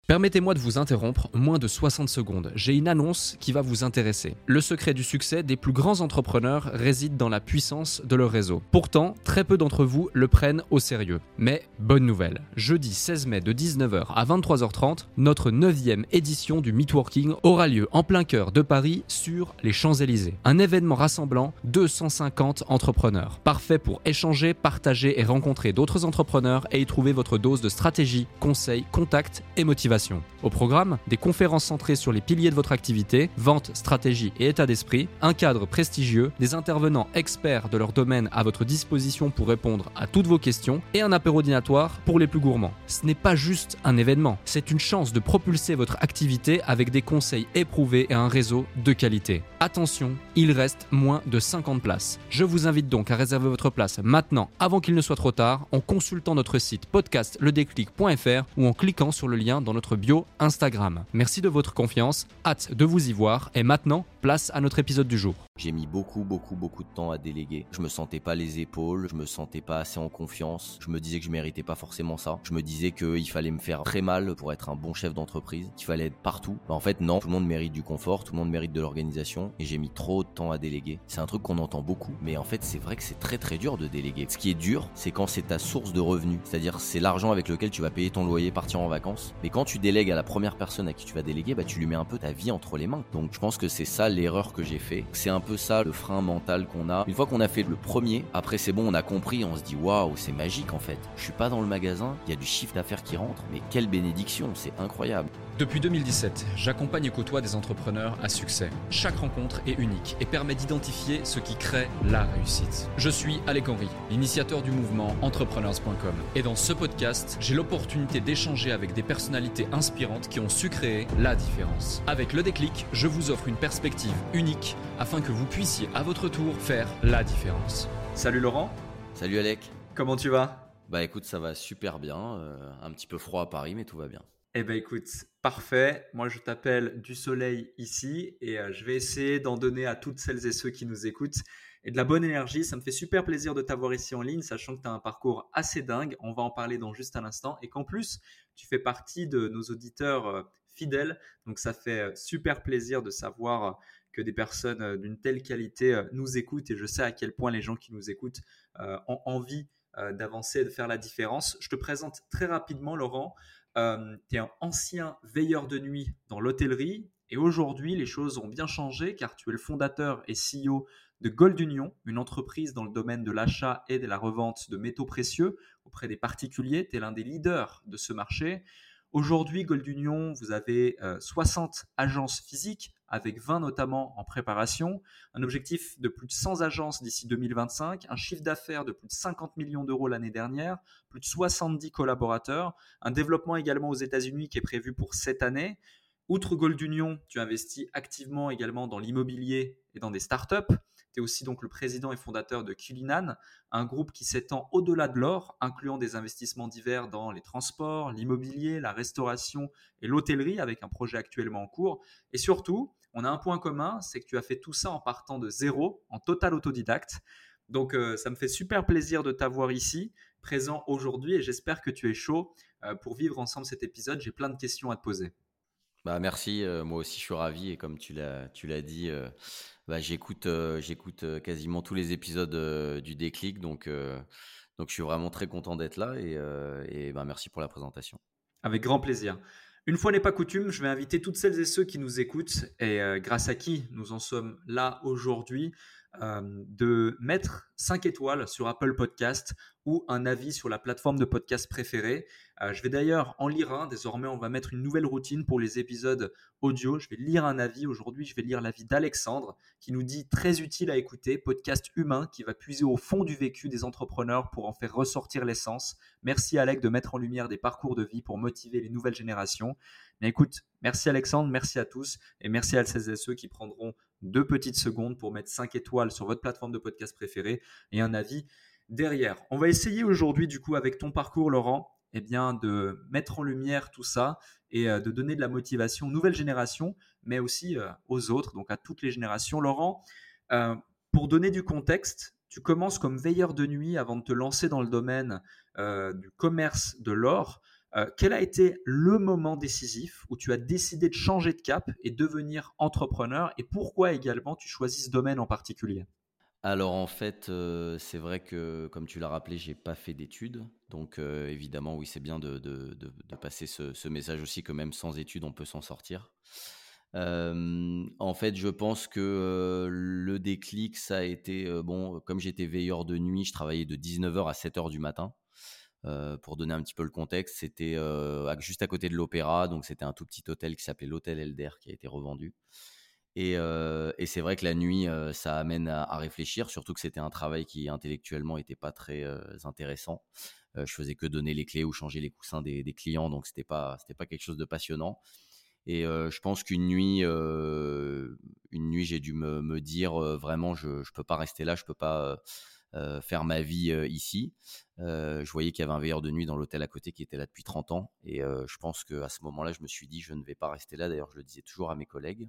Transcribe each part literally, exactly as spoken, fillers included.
Permettez-moi de vous interrompre moins de soixante secondes. J'ai une annonce qui va vous intéresser. Le secret du succès des plus grands entrepreneurs réside dans la puissance de leur réseau. Pourtant, très peu d'entre vous le prennent au sérieux. Mais bonne nouvelle, jeudi seize mai de dix-neuf heures à vingt-trois heures trente, notre neuvième édition du Meetworking aura lieu en plein cœur de Paris sur les Champs-Élysées. Un événement rassemblant deux cent cinquante entrepreneurs. Parfait pour échanger, partager et rencontrer d'autres entrepreneurs et y trouver votre dose de stratégie, conseils, contacts et motivation. Au programme, des conférences centrées sur les piliers de votre activité, vente, stratégie et état d'esprit, un cadre prestigieux, des intervenants experts de leur domaine à votre disposition pour répondre à toutes vos questions et un apéro dînatoire pour les plus gourmands. Ce n'est pas juste un événement, c'est une chance de propulser votre activité avec des conseils éprouvés et un réseau de qualité. Attention, il reste moins de cinquante places. Je vous invite donc à réserver votre place maintenant avant qu'il ne soit trop tard en consultant notre site podcast le déclic point f r ou en cliquant sur le lien dans notre bio Instagram. Merci de votre confiance, hâte de vous y voir et maintenant, place à notre épisode du jour. J'ai mis beaucoup, beaucoup, beaucoup de temps à déléguer. Je me sentais pas les épaules, je me sentais pas assez en confiance. Je me disais que je méritais pas forcément ça. Je me disais qu'il fallait me faire très mal pour être un bon chef d'entreprise, qu'il fallait être partout. Bah en fait, non, tout le monde mérite du confort, tout le monde mérite de l'organisation et j'ai mis trop de temps à déléguer. C'est un truc qu'on entend beaucoup, mais en fait, c'est vrai que c'est très très dur de déléguer. Ce qui est dur, c'est quand c'est ta source de revenus, c'est-à-dire c'est l'argent avec lequel tu vas payer ton loyer, partir en vacances. Mais quand tu délègues à la première personne à qui tu vas déléguer, bah tu lui mets un peu ta vie entre les mains. Donc je pense que c'est ça l'erreur que j'ai fait. C'est un peu ça le frein mental qu'on a. Une fois qu'on a fait le premier, après c'est bon, on a compris, on se dit waouh, c'est magique en fait. Je suis pas dans le magasin, il y a du chiffre d'affaires qui rentre, mais quelle bénédiction, c'est incroyable. Depuis deux mille dix-sept, j'accompagne et côtoie des entrepreneurs à succès. Chaque rencontre est unique et permet d'identifier ce qui crée la réussite. Je suis Alec Henry, l'initiateur du mouvement entrepreneurs point com. Et dans ce podcast, j'ai l'opportunité d'échanger avec des personnalités inspirantes qui ont su créer la différence. Avec Le Déclic, je vous offre une perspective unique afin que vous puissiez à votre tour faire la différence. Salut Laurent. Salut Alec. Comment tu vas ? Bah écoute, ça va super bien. Euh, un petit peu froid à Paris, mais tout va bien. Eh ben écoute, parfait. Moi, je t'appelle du soleil ici et euh, je vais essayer d'en donner à toutes celles et ceux qui nous écoutent et de la bonne énergie. Ça me fait super plaisir de t'avoir ici en ligne, sachant que tu as un parcours assez dingue. On va en parler dans juste un instant et qu'en plus, tu fais partie de nos auditeurs euh, fidèles. Donc, ça fait euh, super plaisir de savoir euh, que des personnes euh, d'une telle qualité euh, nous écoutent et je sais à quel point les gens qui nous écoutent euh, ont envie euh, d'avancer et de faire la différence. Je te présente très rapidement, Laurent. Euh, tu es un ancien veilleur de nuit dans l'hôtellerie et aujourd'hui, les choses ont bien changé car tu es le fondateur et C E O de Gold Union, une entreprise dans le domaine de l'achat et de la revente de métaux précieux auprès des particuliers. Tu es l'un des leaders de ce marché. Aujourd'hui, Gold Union, vous avez euh, soixante agences physiques avec vingt notamment en préparation, un objectif de plus de cent agences d'ici deux mille vingt-cinq, un chiffre d'affaires de plus de cinquante millions d'euros l'année dernière, plus de soixante-dix collaborateurs, un développement également aux États-Unis qui est prévu pour cette année. Outre Gold Union, tu investis activement également dans l'immobilier et dans des startups. Tu es aussi donc le président et fondateur de Cullinan, un groupe qui s'étend au-delà de l'or, incluant des investissements divers dans les transports, l'immobilier, la restauration et l'hôtellerie, avec un projet actuellement en cours. Et surtout, on a un point commun, c'est que tu as fait tout ça en partant de zéro, en total autodidacte. Donc, euh, ça me fait super plaisir de t'avoir ici, présent aujourd'hui, et j'espère que tu es chaud euh, pour vivre ensemble cet épisode. J'ai plein de questions à te poser. Bah merci, euh, moi aussi je suis ravi et comme tu l'as, tu l'as dit, euh, bah, j'écoute, euh, j'écoute euh, quasiment tous les épisodes euh, du Déclic, donc, euh, donc je suis vraiment très content d'être là et, euh, et bah, merci pour la présentation. Avec grand plaisir. Une fois n'est pas coutume, je vais inviter toutes celles et ceux qui nous écoutent et euh, grâce à qui nous en sommes là aujourd'hui, euh, de mettre cinq étoiles sur Apple Podcast ou un avis sur la plateforme de podcast préférée. Euh, je vais d'ailleurs en lire un. Désormais, on va mettre une nouvelle routine pour les épisodes audio. Je vais lire un avis. Aujourd'hui, je vais lire l'avis d'Alexandre qui nous dit « Très utile à écouter, podcast humain qui va puiser au fond du vécu des entrepreneurs pour en faire ressortir l'essence. Merci Alec de mettre en lumière des parcours de vie pour motiver les nouvelles générations. » Mais écoute, merci Alexandre, merci à tous et merci à celles et ceux qui prendront deux petites secondes pour mettre cinq étoiles sur votre plateforme de podcast préférée et un avis derrière. On va essayer aujourd'hui du coup avec ton parcours Laurent, eh bien, de mettre en lumière tout ça et de donner de la motivation aux nouvelles générations, mais aussi aux autres, donc à toutes les générations. Laurent, euh, pour donner du contexte, tu commences comme veilleur de nuit avant de te lancer dans le domaine euh, du commerce de l'or. Heu, quel a été le moment décisif où tu as décidé de changer de cap et devenir entrepreneur et pourquoi également tu choisis ce domaine en particulier? Alors en fait, heu, c'est vrai que comme tu l'as rappelé, j'ai pas fait d'études. Donc heu, évidemment, oui, c'est bien de de de de passer ce ce message aussi que même sans études, on peut s'en sortir. Hem, en fait, je pense que, heu, le déclic, ça a été, heu, bon, comme j'étais veilleur de nuit, je travaillais de dix-neuf heures à sept heures du matin. Heu, pour donner un petit peu le contexte, c'était, heu, à juste à côté de l'opéra, donc c'était un tout petit hôtel qui s'appelait l'hôtel Elder qui a été revendu. Et heu et c'est vrai que la nuit, heu, ça amène à à réfléchir, surtout que c'était un travail qui intellectuellement était pas très, heu, intéressant. Heu, je faisais que donner les clés ou changer les coussins des des clients, donc c'était pas c'était pas quelque chose de passionnant. Et heu, je pense qu'une nuit, heu, une nuit, j'ai dû me me dire, heu: «Vraiment, je je peux pas rester là, je peux pas, heu heu, faire ma vie, heu, ici». Heu, je voyais qu'il y avait un veilleur de nuit dans l'hôtel à côté qui était là depuis trente ans et heu, je pense qu'à ce moment-là, je me suis dit: «Je ne vais pas rester là». D'ailleurs, je le disais toujours à mes collègues.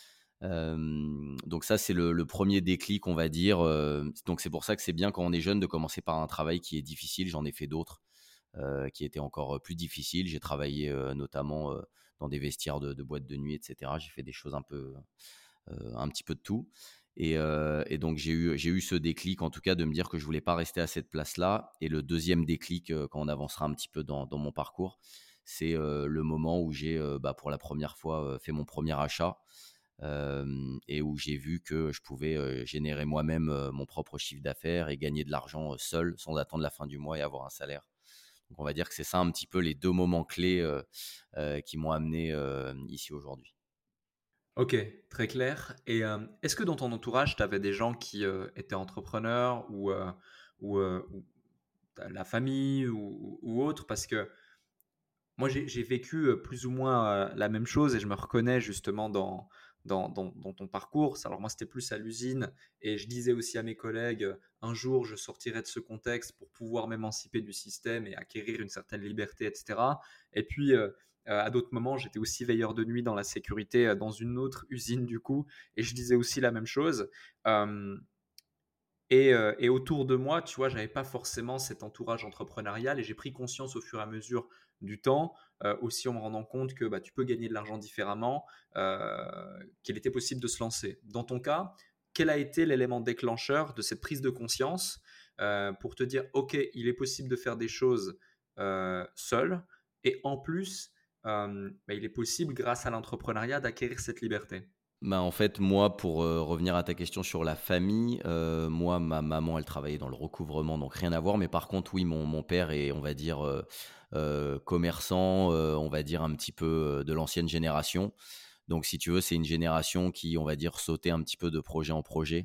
Hem, donc ça, c'est le le premier déclic, on va dire, heu, donc c'est pour ça que c'est bien quand on est jeune de commencer par un travail qui est difficile. J'en ai fait d'autres, heu, qui étaient encore, plus difficiles. J'ai travaillé, heu, notamment, heu, dans des vestiaires de de boîtes de nuit et cetera. J'ai fait des choses un peu, heu, un petit peu de tout et heu et donc j'ai eu j'ai eu ce déclic, en tout cas, de me dire que je voulais pas rester à cette place-là. Et le deuxième déclic, heu, quand on avancera un petit peu dans dans mon parcours, c'est, heu, le moment où j'ai, heu, bah, pour la première fois, heu, fait mon premier achat. Hem et où j'ai vu que je pouvais, heu, générer moi-même, heu, mon propre chiffre d'affaires et gagner de l'argent, heu, seul, sans attendre la fin du mois et avoir un salaire. Donc on va dire que c'est ça un petit peu les deux moments clés, heu heu, qui m'ont amené, hem, ici aujourd'hui. OK, très clair. Et hem, est-ce que dans ton entourage, tu avais des gens qui, heu, étaient entrepreneurs ou, heu, ou, heu, ou tu la famille ou ou autre? Parce que moi, j'ai j'ai vécu, heu, plus ou moins, heu, la même chose et je me reconnais justement dans dans dans dans ton parcours. Ça alors moi, c'était plus à l'usine et je disais aussi à mes collègues, heu: «Un jour, je sortirai de ce contexte pour pouvoir m'émanciper du système et acquérir une certaine liberté» et cetera. Et puis, heu heu, à d'autres moments, j'étais aussi veilleur de nuit dans la sécurité, heu, dans une autre usine du coup et je disais aussi la même chose. Hem et, heu, et autour de moi, tu vois, j'avais pas forcément cet entourage entrepreneurial et j'ai pris conscience au fur et à mesure du temps, heu, aussi en me rendant compte que, bah, tu peux gagner de l'argent différemment, heu, qu'il était possible de se lancer. Dans ton cas, quel a été l'élément déclencheur de cette prise de conscience, heu, pour te dire: «OK, il est possible de faire des choses, heu, seul et en plus, hem, bah, il est possible grâce à l'entrepreneuriat d'acquérir cette liberté»? Bah, en fait, moi, pour, heu, revenir à ta question sur la famille, heu, moi, ma maman, elle travaillait dans le recouvrement, donc rien à voir. Mais par contre, oui, mon mon père est, on va dire, heu heu, commerçant, heu, on va dire un petit peu, heu, de l'ancienne génération. Donc si tu veux, c'est une génération qui, on va dire, sautait un petit peu de projet en projet.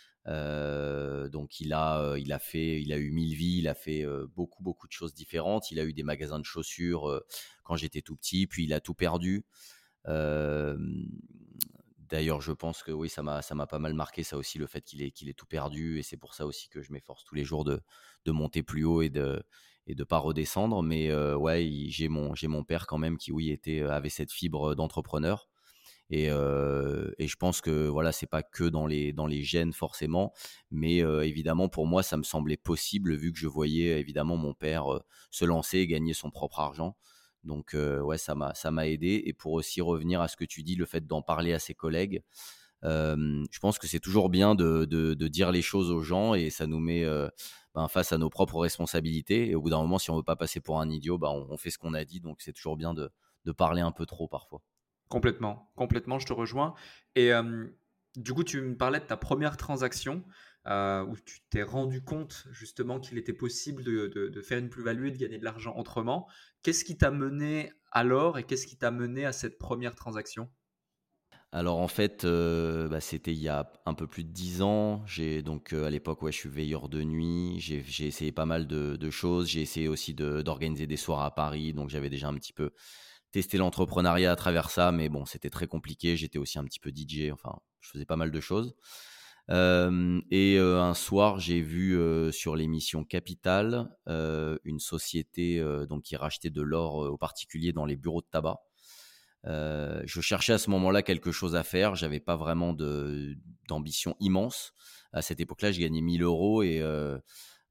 Heu, donc il a, heu, il a fait il a eu mille vies, il a fait, heu, beaucoup, beaucoup de choses différentes. Il a eu des magasins de chaussures, heu, quand j'étais tout petit, puis il a tout perdu. Hem, D'ailleurs, je pense que oui, ça m'a ça m'a pas mal marqué ça aussi, le fait qu'il ait qu'il ait tout perdu, et c'est pour ça aussi que je m'efforce tous les jours de de monter plus haut et de et de pas redescendre. Mais heu, ouais, il j'ai mon j'ai mon père quand même qui, oui, était, avait cette fibre d'entrepreneur. Et heu et je pense que voilà, c'est pas que dans les dans les gènes forcément, mais heu, évidemment pour moi, ça me semblait possible vu que je voyais évidemment mon père, heu, se lancer et gagner son propre argent. Donc heu, ouais, ça m'a ça m'a aidé. Et pour aussi revenir à ce que tu dis, le fait d'en parler à ses collègues, hem, je pense que c'est toujours bien de de de dire les choses aux gens, et ça nous met, heu, ben, face à nos propres responsabilités. Et au bout d'un moment, si on veut pas passer pour un idiot, bah, on on fait ce qu'on a dit, donc c'est toujours bien de de parler un peu trop parfois. Complètement, complètement, je te rejoins. Et hem, du coup, tu me parlais de ta première transaction, heu, où tu t'es rendu compte justement qu'il était possible de de de faire une plus-value et de gagner de l'argent autrement. Qu'est-ce qui t'a mené alors et qu'est-ce qui t'a mené à cette première transaction? Alors en fait, heu, bah, c'était il y a un peu plus de dix ans. J'ai donc, heu, à l'époque, ouais, je suis veilleur de nuit. J'ai j'ai essayé pas mal de de choses. J'ai essayé aussi de d'organiser des soirs à Paris, donc j'avais déjà un petit peu testé l'entrepreneuriat à travers ça, mais bon, c'était très compliqué. J'étais aussi un petit peu D J, enfin, je faisais pas mal de choses. Hem et heu, un soir, j'ai vu, heu, sur l'émission Capital, heu, une société, heu, donc qui rachetait de l'or, heu, aux particuliers dans les bureaux de tabac. Heu, je cherchais à ce moment-là quelque chose à faire. J'avais pas vraiment de d'ambition immense. À cette époque-là, je gagnais mille euros et heu,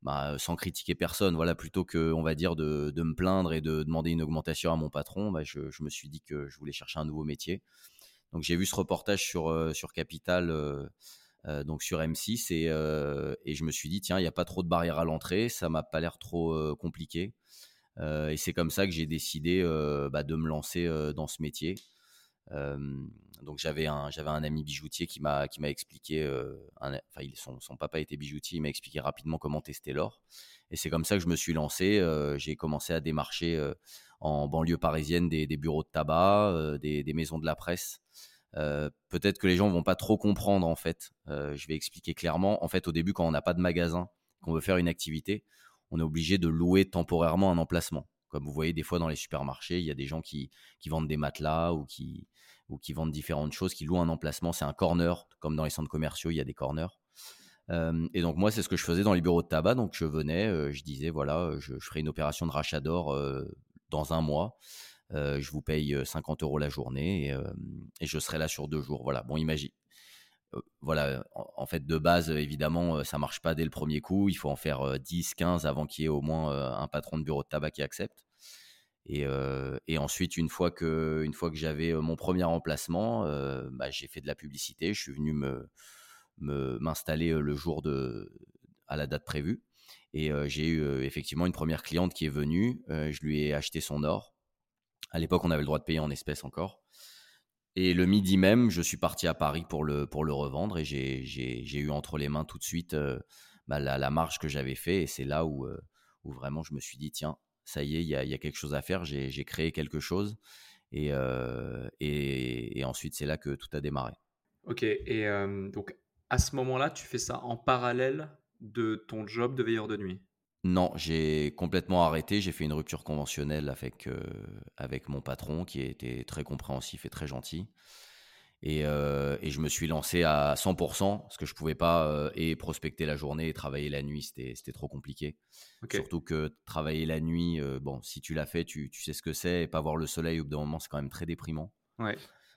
bah, sans critiquer personne, voilà, plutôt que, on va dire, de, de me plaindre et de demander une augmentation à mon patron, bah, je, je me suis dit que je voulais chercher un nouveau métier. Donc j'ai vu ce reportage sur, euh, sur Capital, euh, euh, donc sur M six, et, euh, et je me suis dit, tiens, il n'y a pas trop de barrières à l'entrée, ça m'a pas l'air trop euh, compliqué. Euh, et c'est comme ça que j'ai décidé euh, bah, de me lancer euh, dans ce métier. Euh, donc j'avais un, j'avais un ami bijoutier qui m'a, qui m'a expliqué, euh, un- enfin il- son, son papa était bijoutier, il m'a expliqué rapidement comment tester l'or. Et c'est comme ça que je me suis lancé. Euh, j'ai commencé à démarcher euh, en banlieue parisienne des, des bureaux de tabac, euh, des, des maisons de la presse. Euh, peut-être que les gens vont pas trop comprendre en fait. Euh, je vais expliquer clairement. En fait, au début, quand on n'a pas de magasin, qu'on veut faire une activité, on est obligé de louer temporairement un emplacement. Comme vous voyez des fois dans les supermarchés, il y a des gens qui, qui vendent des matelas ou qui, ou qui vendent différentes choses, qui louent un emplacement. C'est un corner, comme dans les centres commerciaux, il y a des corners. Euh, et donc moi, c'est ce que je faisais dans les bureaux de tabac. Donc je venais, euh, je disais, voilà, je, je ferai une opération de rachat d'or euh, dans un mois. Euh, je vous paye cinquante euros la journée et, euh, et je serai là sur deux jours. Voilà, bon, imagine. Euh, voilà, en, en fait, de base, euh, évidemment, euh, ça marche pas dès le premier coup. Il faut en faire euh, dix, quinze avant qu'il y ait au moins euh, un patron de bureau de tabac qui accepte. Et, euh, et ensuite, une fois que, une fois que j'avais euh, mon premier emplacement, euh, bah, j'ai fait de la publicité. Je suis venu me, me- m'installer euh, le jour de, à la date prévue. Et euh, j'ai eu euh, effectivement une première cliente qui est venue. Euh, je lui ai acheté son or. À l'époque, on avait le droit de payer en espèces encore. Et le midi même, je suis parti à Paris pour le, pour le revendre et j'ai, j'ai, j'ai eu entre les mains tout de suite euh, bah, la, la marge que j'avais fait. Et c'est là où, euh, où vraiment je me suis dit, tiens, ça y est, il y a, il y a quelque chose à faire. J'ai, j'ai créé quelque chose. Et, euh, et, et ensuite, c'est là que tout a démarré. Ok, et euh, donc à ce moment-là, tu fais ça en parallèle de ton job de veilleur de nuit. Non, j'ai complètement arrêté. J'ai fait une rupture conventionnelle avec, euh, avec mon patron qui était très compréhensif et très gentil. Et, euh, et je me suis lancé à cent pour cent parce que je pouvais pas euh, et prospecter la journée et travailler la nuit, c'était, c'était trop compliqué. Ok, Surtout que travailler la nuit, euh, bon, si tu l'as fait, tu, tu sais ce que c'est, et pas voir le soleil au bout d'un moment, c'est quand même très déprimant. ouais.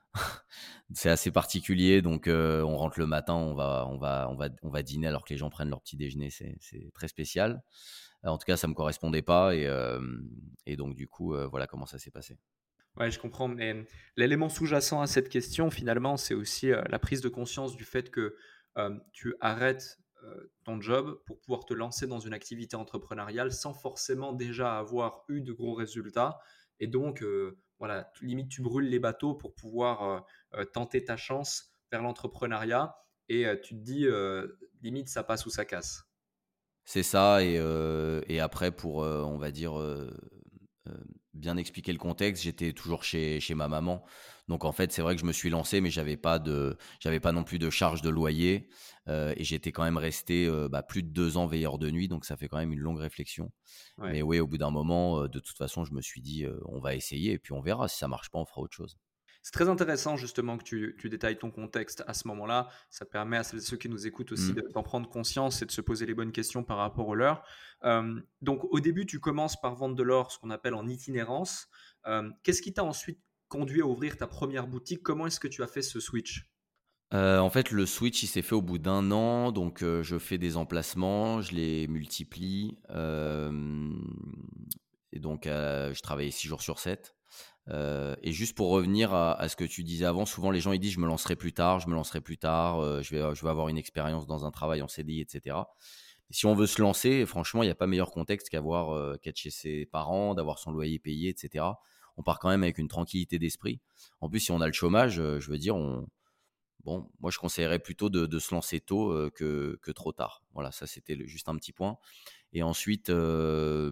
C'est assez particulier, donc euh, on rentre le matin, on va, on, va, on, va, on va dîner alors que les gens prennent leur petit déjeuner, c'est, c'est très spécial. En tout cas, ça me correspondait pas, et, euh, et donc du coup, euh, voilà comment ça s'est passé. Ouais, je comprends. Mais l'élément sous-jacent à cette question, finalement, c'est aussi euh, la prise de conscience du fait que euh, tu arrêtes euh, ton job pour pouvoir te lancer dans une activité entrepreneuriale sans forcément déjà avoir eu de gros résultats. Et donc, euh, voilà, tu- limite, tu brûles les bateaux pour pouvoir euh, euh, tenter ta chance vers l'entrepreneuriat. Et euh, tu te dis, euh, limite, ça passe ou ça casse. C'est ça, et, euh, et après, pour, euh, on va dire, euh, euh, bien expliquer le contexte, j'étais toujours chez, chez ma maman. Donc en fait, c'est vrai que je me suis lancé, mais j'avais pas de, j'avais pas non plus de charge de loyer, euh, et j'étais quand même resté euh, bah, plus de deux ans veilleur de nuit, donc ça fait quand même une longue réflexion. Ouais. Mais oui, au bout d'un moment, euh, de toute façon, je me suis dit, euh, on va essayer, et puis on verra. Si ça marche pas, on fera autre chose. C'est très intéressant justement que tu, tu détailles ton contexte à ce moment-là. Ça permet à celles et ceux qui nous écoutent aussi Hmm. de- d'en prendre conscience et de se poser les bonnes questions par rapport au leur. Euh, donc au début, tu commences par vendre de l'or, ce qu'on appelle en itinérance. Euh, Qu'est-ce qui t'a ensuite conduit à ouvrir ta première boutique? Comment est-ce que tu as fait ce switch? Euh, en fait, le switch, il s'est fait au bout d'un an. Donc, euh, je fais des emplacements, je les multiplie. euh, et donc, euh, je travaillais six jours sur sept. Euh, et juste pour revenir à, à ce que tu disais avant, souvent les gens ils disent je me lancerai plus tard, je me lancerai plus tard, euh, je vais, je vais avoir une expérience dans un travail en C D I, et cetera. Et si on veut se lancer, franchement, il n'y a pas meilleur contexte qu'avoir euh, qu'être chez ses parents, d'avoir son loyer payé, et cetera. On part quand même avec une tranquillité d'esprit. En plus, si on a le chômage, euh, je veux dire, on, bon, moi, je conseillerais plutôt de, de se lancer tôt euh, que, que trop tard. Voilà, ça, c'était le- juste un petit point. Et ensuite, euh,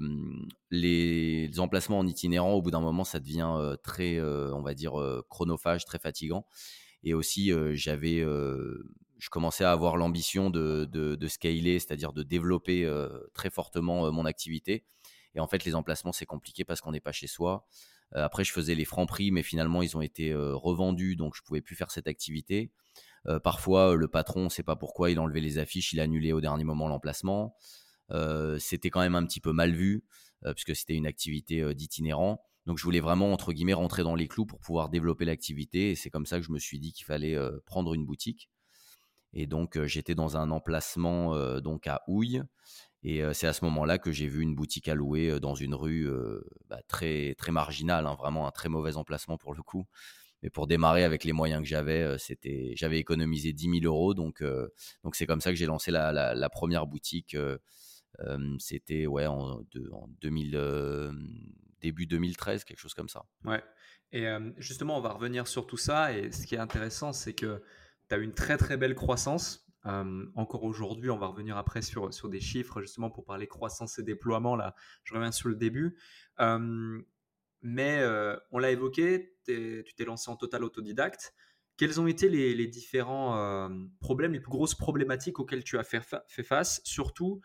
les, les emplacements en itinérant, au bout d'un moment, ça devient euh, très, euh, on va dire, euh, chronophage, très fatigant. Et aussi, euh, j'avais, euh, je commençais à avoir l'ambition de, de, de scaler, c'est-à-dire de développer euh, très fortement euh, mon activité. Et en fait, les emplacements, c'est compliqué parce qu'on n'est pas chez soi. Euh, après, je faisais les francs prix, mais finalement, ils ont été euh, revendus, donc je pouvais plus faire cette activité. Euh, parfois, euh, le patron, on ne sait pas pourquoi, il enlevait les affiches, il annulait au dernier moment l'emplacement. Euh, c'était quand même un petit peu mal vu, euh, puisque c'était une activité euh, d'itinérant. Donc, je voulais vraiment, entre guillemets, rentrer dans les clous pour pouvoir développer l'activité. Et c'est comme ça que je me suis dit qu'il fallait euh, prendre une boutique. Et donc, euh, j'étais dans un emplacement euh, donc à Houille. Et euh, c'est à ce moment-là que j'ai vu une boutique à louer euh, dans une rue euh, bah, très, très marginale, hein, vraiment un très mauvais emplacement pour le coup. Mais pour démarrer avec les moyens que j'avais, euh, c'était, j'avais économisé dix mille euros. Donc, euh, donc c'est comme ça que j'ai lancé la, la, la première boutique. Euh, euh, c'était ouais, en, de, en deux mille, euh, début deux mille treize, quelque chose comme ça. Ouais. Et euh, justement, on va revenir sur tout ça. Et ce qui est intéressant, c'est que tu as une très très belle croissance. Euh, encore aujourd'hui, on va revenir après sur, sur des chiffres, justement, pour parler croissance et déploiement. Là, je reviens sur le début. Euh, mais euh, on l'a évoqué, t'es- tu t'es lancé en total autodidacte. Quels ont été les, les différents euh, problèmes, les plus grosses problématiques auxquelles tu as fait, fa- fait face, surtout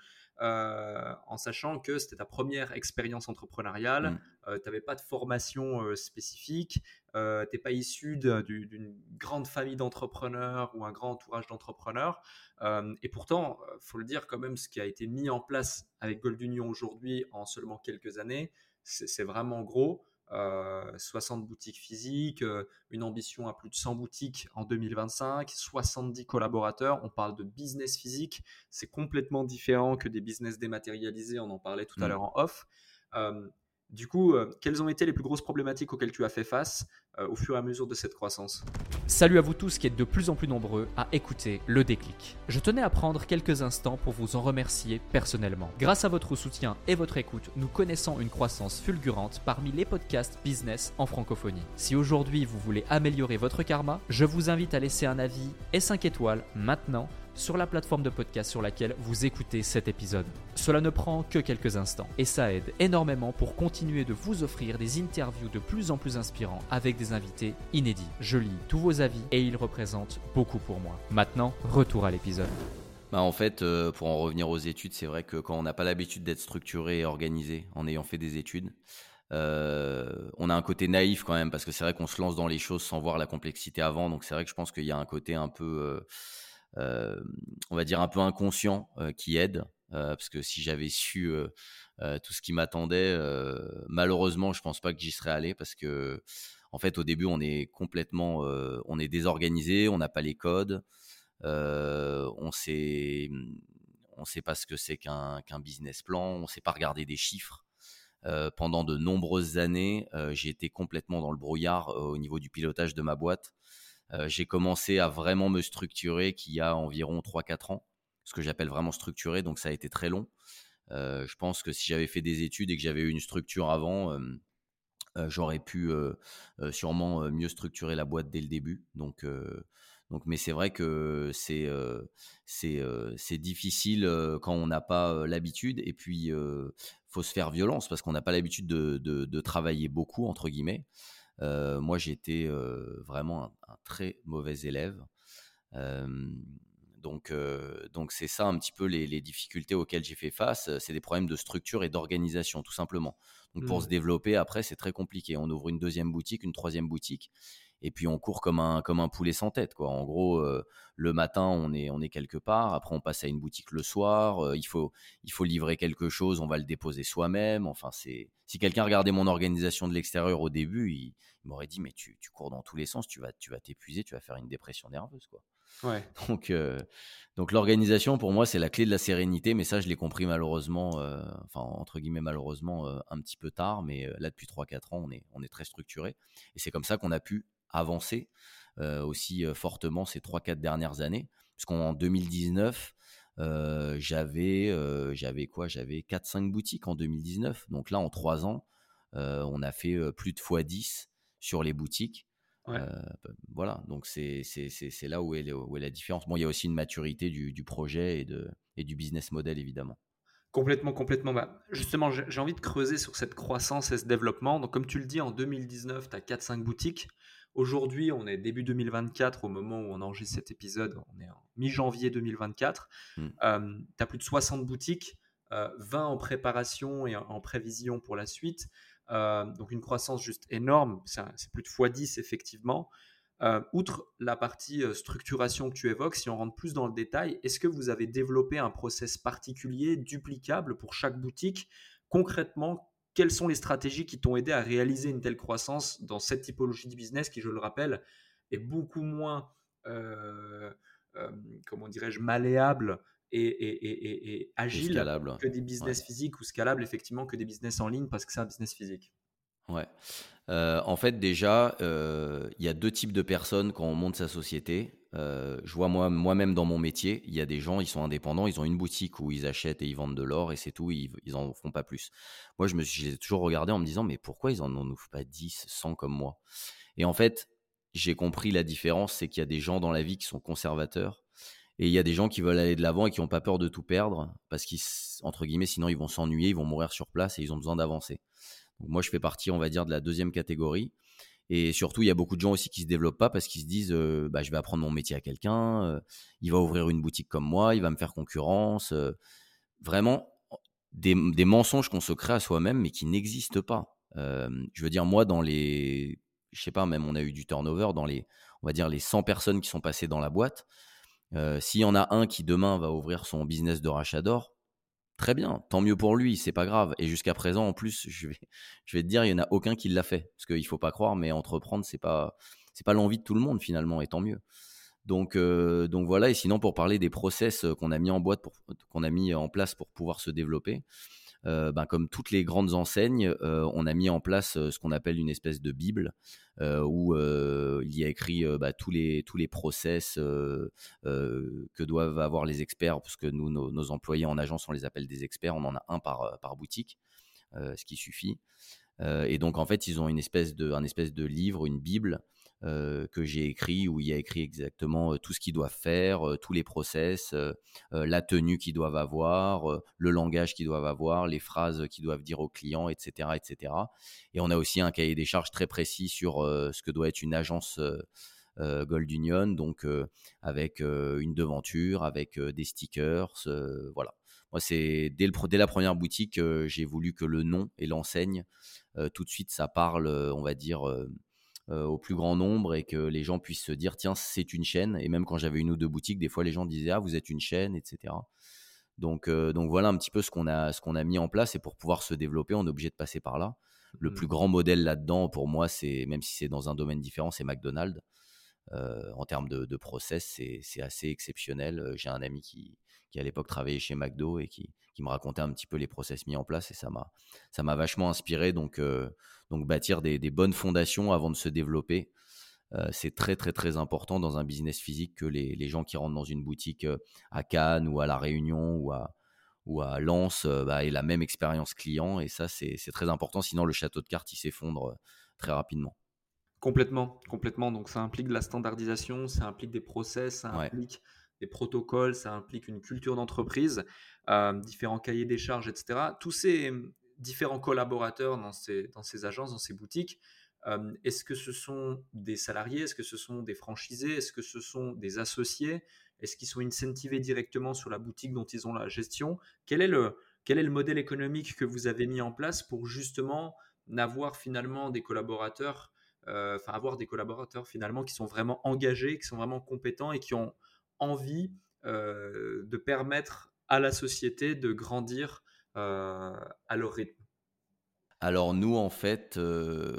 euh, en sachant que c'était ta première expérience entrepreneuriale, Mm. euh, tu n'avais pas de formation euh, spécifique, euh, tu n'es pas issu de- du- d'une grande famille d'entrepreneurs ou un grand entourage d'entrepreneurs. Euh, et pourtant, il faut le dire quand même, ce qui a été mis en place avec Gold Union aujourd'hui en seulement quelques années, c'est c'est vraiment gros. Euh, soixante boutiques physiques, euh, une ambition à plus de cent boutiques en deux mille vingt-cinq, soixante-dix collaborateurs. On parle de business physique, c'est complètement différent que des business dématérialisés. On en parlait tout à Mm. l'heure en off. Euh, du coup, euh, quelles ont été les plus grosses problématiques auxquelles tu as fait face euh, au fur et à mesure de cette croissance? Salut à vous tous qui êtes de plus en plus nombreux à écouter Le Déclic. Je tenais à prendre quelques instants pour vous en remercier personnellement. Grâce à votre soutien et votre écoute, nous connaissons une croissance fulgurante parmi les podcasts business en francophonie. Si aujourd'hui vous voulez améliorer votre karma, je vous invite à laisser un avis et cinq étoiles maintenant sur la plateforme de podcast sur laquelle vous écoutez cet épisode. Cela ne prend que quelques instants et ça aide énormément pour continuer de vous offrir des interviews de plus en plus inspirants avec des invités inédits. Je lis tous vos avis et ils représentent beaucoup pour moi. Maintenant, retour à l'épisode. Bah en fait, euh, pour en revenir aux études, c'est vrai que quand on n'a pas l'habitude d'être structuré et organisé en ayant fait des études, euh, on a un côté naïf quand même parce que c'est vrai qu'on se lance dans les choses sans voir la complexité avant. Donc c'est vrai que je pense qu'il y a un côté un peu, euh, euh, on va dire un peu inconscient euh, qui aide. Euh, parce que si j'avais su euh, euh, tout ce qui m'attendait, euh, malheureusement, je pense pas que j'y serais allé parce que, en fait, au début, on est complètement, euh, on est désorganisé, on n'a pas les codes, euh, on sait, on sait pas ce que c'est qu'un qu'un business plan, on sait pas regarder des chiffres. Euh, pendant de nombreuses années, euh, j'ai été complètement dans le brouillard euh, au niveau du pilotage de ma boîte. Euh, j'ai commencé à vraiment me structurer qu'il y a environ trois quatre ans, ce que j'appelle vraiment structuré, donc ça a été très long. Euh, je pense que si j'avais fait des études et que j'avais eu une structure avant, euh, euh, j'aurais pu euh, euh, sûrement euh, mieux structurer la boîte dès le début. Donc, euh, donc mais c'est vrai que c'est euh, c'est euh, c'est difficile euh, quand on n'a pas euh, l'habitude. Et puis, euh, faut se faire violence parce qu'on n'a pas l'habitude de, de, de travailler beaucoup, entre guillemets. Euh, moi, j'étais euh, vraiment un, un très mauvais élève. Euh, donc, euh, donc c'est ça un petit peu les, les difficultés auxquelles j'ai fait face. C'est des problèmes de structure et d'organisation, tout simplement. Donc, pour se Hmm. développer, après, c'est très compliqué. On ouvre une deuxième boutique, une troisième boutique, et puis on court comme un, comme un poulet sans tête, quoi. En gros, euh, le matin, on est, on est quelque part. Après, on passe à une boutique le soir. Euh, il faut, il faut livrer quelque chose, on va le déposer soi-même. Enfin, c'est... Si quelqu'un regardait mon organisation de l'extérieur au début, il, il m'aurait dit, mais tu, tu cours dans tous les sens, tu vas, tu vas t'épuiser, tu vas faire une dépression nerveuse, quoi. Ouais. Donc, euh, donc l'organisation, pour moi, c'est la clé de la sérénité. Mais ça, je l'ai compris malheureusement, euh, enfin, entre guillemets, malheureusement, euh, un petit peu tard. Mais euh, là, depuis trois quatre ans, on est, on est très structuré. Et c'est comme ça qu'on a pu avancer euh, aussi euh, fortement ces trois quatre dernières années. Puisqu'en deux mille dix-neuf, euh, j'avais, euh, j'avais quoi J'avais quatre cinq boutiques en deux mille dix-neuf. Donc là, en trois ans, euh, on a fait euh, plus de fois dix sur les boutiques. Ouais. Euh, voilà, donc c'est, c'est, c'est, c'est là où est, où est la différence. Bon, il y a aussi une maturité du, du projet et, de, et du business model, évidemment. Complètement, complètement. Bah, justement, j'ai j'ai envie de creuser sur cette croissance et ce développement. Donc, comme tu le dis, en deux mille dix-neuf, tu as quatre cinq boutiques. Aujourd'hui, on est début deux mille vingt-quatre, au moment où on enregistre cet épisode. On est en mi-janvier deux mille vingt-quatre. Mm. Euh, tu as plus de soixante boutiques, euh, vingt en préparation et en, en prévision pour la suite. Euh, donc, une croissance juste énorme. C'est un- c'est plus de fois dix, effectivement. Euh, outre la partie euh, structuration que tu évoques, si on rentre plus dans le détail, est-ce que vous avez développé un process particulier, duplicable pour chaque boutique? Concrètement, quelles sont les stratégies qui t'ont aidé à réaliser une telle croissance dans cette typologie de business qui, je le rappelle, est beaucoup moins, euh, euh, comment dirais-je, malléable et, et, et, et, et Et agiles scalable. que des Ouais. business physiques ou scalables effectivement que des business en ligne parce que c'est un business physique. Ouais. Euh, en fait, déjà, euh, il y a deux types de personnes quand on monte sa société. Euh, je vois moi, moi-même dans mon métier, il y a des gens, ils sont indépendants, ils ont une boutique où ils achètent et ils vendent de l'or et c'est tout, ils, ils en font pas plus. Moi, je me suis, je les ai toujours regardés en me disant, mais pourquoi ils en en ouvrent pas dix, cent comme moi? Et en fait, j'ai compris la différence, c'est qu'il y a des gens dans la vie qui sont conservateurs et il y a des gens qui veulent aller de l'avant et qui n'ont pas peur de tout perdre parce qu'ils, entre guillemets, sinon ils vont s'ennuyer, ils vont mourir sur place et ils ont besoin d'avancer. Donc moi, je fais partie, on va dire, de la deuxième catégorie. Et surtout, il y a beaucoup de gens aussi qui se développent pas parce qu'ils se disent euh, bah, je vais apprendre mon métier à quelqu'un, euh, il va ouvrir une boutique comme moi, il va me faire concurrence. Euh, vraiment, des, des mensonges qu'on se crée à soi-même, mais qui n'existent pas. Euh, je veux dire, moi, dans les. Je sais pas, même on a eu du turnover dans les. On va dire les cent personnes qui sont passées dans la boîte. Euh, S'il y en a un qui demain va ouvrir son business de rachat d'or, très bien, tant mieux pour lui, c'est pas grave. Et jusqu'à présent, en plus, je vais, je vais te dire, il n'y en a aucun qui l'a fait. Parce qu'il ne faut pas croire, mais entreprendre, c'est pas, c'est pas l'envie de tout le monde finalement, et tant mieux. Donc, euh, donc voilà. Et sinon, pour parler des process qu'on a mis en boîte, pour, qu'on a mis en place pour pouvoir se développer, euh, ben, comme toutes les grandes enseignes, euh, on a mis en place euh, ce qu'on appelle une espèce de bible euh, où euh, il y a écrit euh, bah, tous les tous les process euh, euh, que doivent avoir les experts, parce que nous, nos, nos employés en agence, on les appelle des experts. On en a un par par boutique, euh, ce qui suffit. Euh, et donc, en fait, ils ont une espèce de, un espèce de livre, une Bible euh, que j'ai écrit, où il y a écrit exactement euh, tout ce qu'ils doivent faire, euh, tous les process, euh, euh, la tenue qu'ils doivent avoir, euh, le langage qu'ils doivent avoir, les phrases qu'ils doivent dire aux clients, et cetera, et cetera. Et on a aussi un cahier des charges très précis sur euh, ce que doit être une agence euh, euh, Gold Union, donc euh, avec euh, une devanture, avec euh, des stickers, euh, voilà. Moi, c'est dès, le, dès la première boutique, euh, j'ai voulu que le nom et l'enseigne, euh, tout de suite, ça parle, euh, on va dire, euh, euh, au plus grand nombre et que les gens puissent se dire, tiens, c'est une chaîne. Et même quand j'avais une ou deux boutiques, des fois, les gens disaient, ah, vous êtes une chaîne, et cetera. Donc, euh, donc voilà un petit peu ce qu'on a, ce qu'on a mis en place. Et pour pouvoir se développer, on est obligé de passer par là. Le plus Mhm. grand modèle là-dedans, pour moi, c'est, même si c'est dans un domaine différent, c'est McDonald's. Euh, en termes de, de process, c'est, c'est assez exceptionnel. Euh, J'ai un ami qui, qui à l'époque travaillait chez McDo et qui, qui me racontait un petit peu les process mis en place et ça m'a, ça m'a vachement inspiré. Donc, euh, donc bâtir des, des bonnes fondations avant de se développer, euh, c'est très très très important dans un business physique que les, les gens qui rentrent dans une boutique euh, à Cannes ou à La Réunion ou à, ou à Lens euh, bah, aient la même expérience client et ça c'est, c'est très important. Sinon le château de cartes il s'effondre euh, très rapidement. Complètement, complètement. Donc ça implique de la standardisation, ça implique des process, ça Ouais. implique des protocoles, ça implique une culture d'entreprise, euh, différents cahiers des charges, et cetera. Tous ces euh, différents collaborateurs dans ces, dans ces agences, dans ces boutiques, euh, est-ce que ce sont des salariés? Est-ce que ce sont des franchisés? Est-ce que ce sont des associés? Est-ce qu'ils sont incentivés directement sur la boutique dont ils ont la gestion? Quel est le, quel est le modèle économique que vous avez mis en place pour justement n'avoir finalement des collaborateurs euh, enfin avoir des collaborateurs finalement qui sont vraiment engagés, qui sont vraiment compétents et qui ont envie euh, de permettre à la société de grandir euh, à leur rythme. Alors nous, en fait, euh,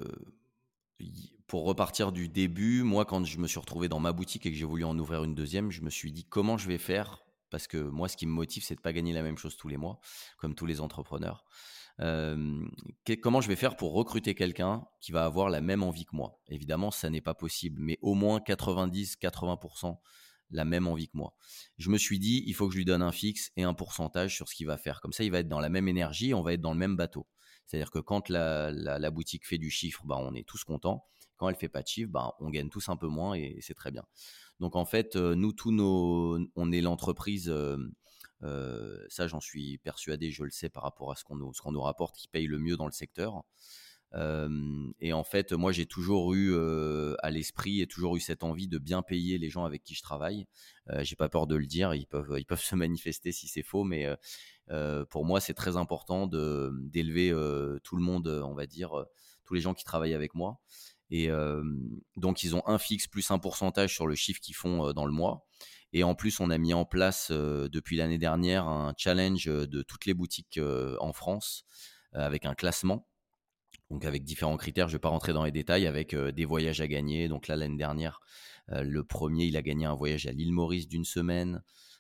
y- pour repartir du début, moi, quand je me suis retrouvé dans ma boutique et que j'ai voulu en ouvrir une deuxième, je me suis dit comment je vais faire, parce que moi, ce qui me motive, c'est de pas gagner la même chose tous les mois, comme tous les entrepreneurs. Euh, que- comment je vais faire pour recruter quelqu'un qui va avoir la même envie que moi? Évidemment, ça n'est pas possible, mais au moins quatre-vingt-dix à quatre-vingts pour cent la même envie que moi. Je me suis dit, il faut que je lui donne un fixe et un pourcentage sur ce qu'il va faire. Comme ça, il va être dans la même énergie, on va être dans le même bateau. C'est-à-dire que quand la, la, la boutique fait du chiffre, bah, on est tous contents. Quand elle fait pas de chiffre, bah, on gagne tous un peu moins et, et c'est très bien. Donc en fait, euh, nous, tous nos, on est l'entreprise, euh, euh, ça j'en suis persuadé, je le sais par rapport à ce qu'on nous, ce qu'on nous rapporte, qui paye le mieux dans le secteur. Euh, et en fait, moi, j'ai toujours eu euh, à l'esprit et toujours eu cette envie de bien payer les gens avec qui je travaille. Euh, j'ai pas peur de le dire, ils peuvent, ils peuvent se manifester si c'est faux, mais euh, euh, pour moi, c'est très important de, d'élever euh, tout le monde, on va dire, euh, tous les gens qui travaillent avec moi. Et euh, donc, ils ont un fixe plus un pourcentage sur le chiffre qu'ils font euh, dans le mois. Et en plus, on a mis en place euh, depuis l'année dernière un challenge de toutes les boutiques euh, en France euh, avec un classement. Donc avec différents critères, je ne vais pas rentrer dans les détails, avec euh, des voyages à gagner. Donc là, l'année dernière, euh, le premier, il a gagné un voyage à l'île Maurice d'une semaine.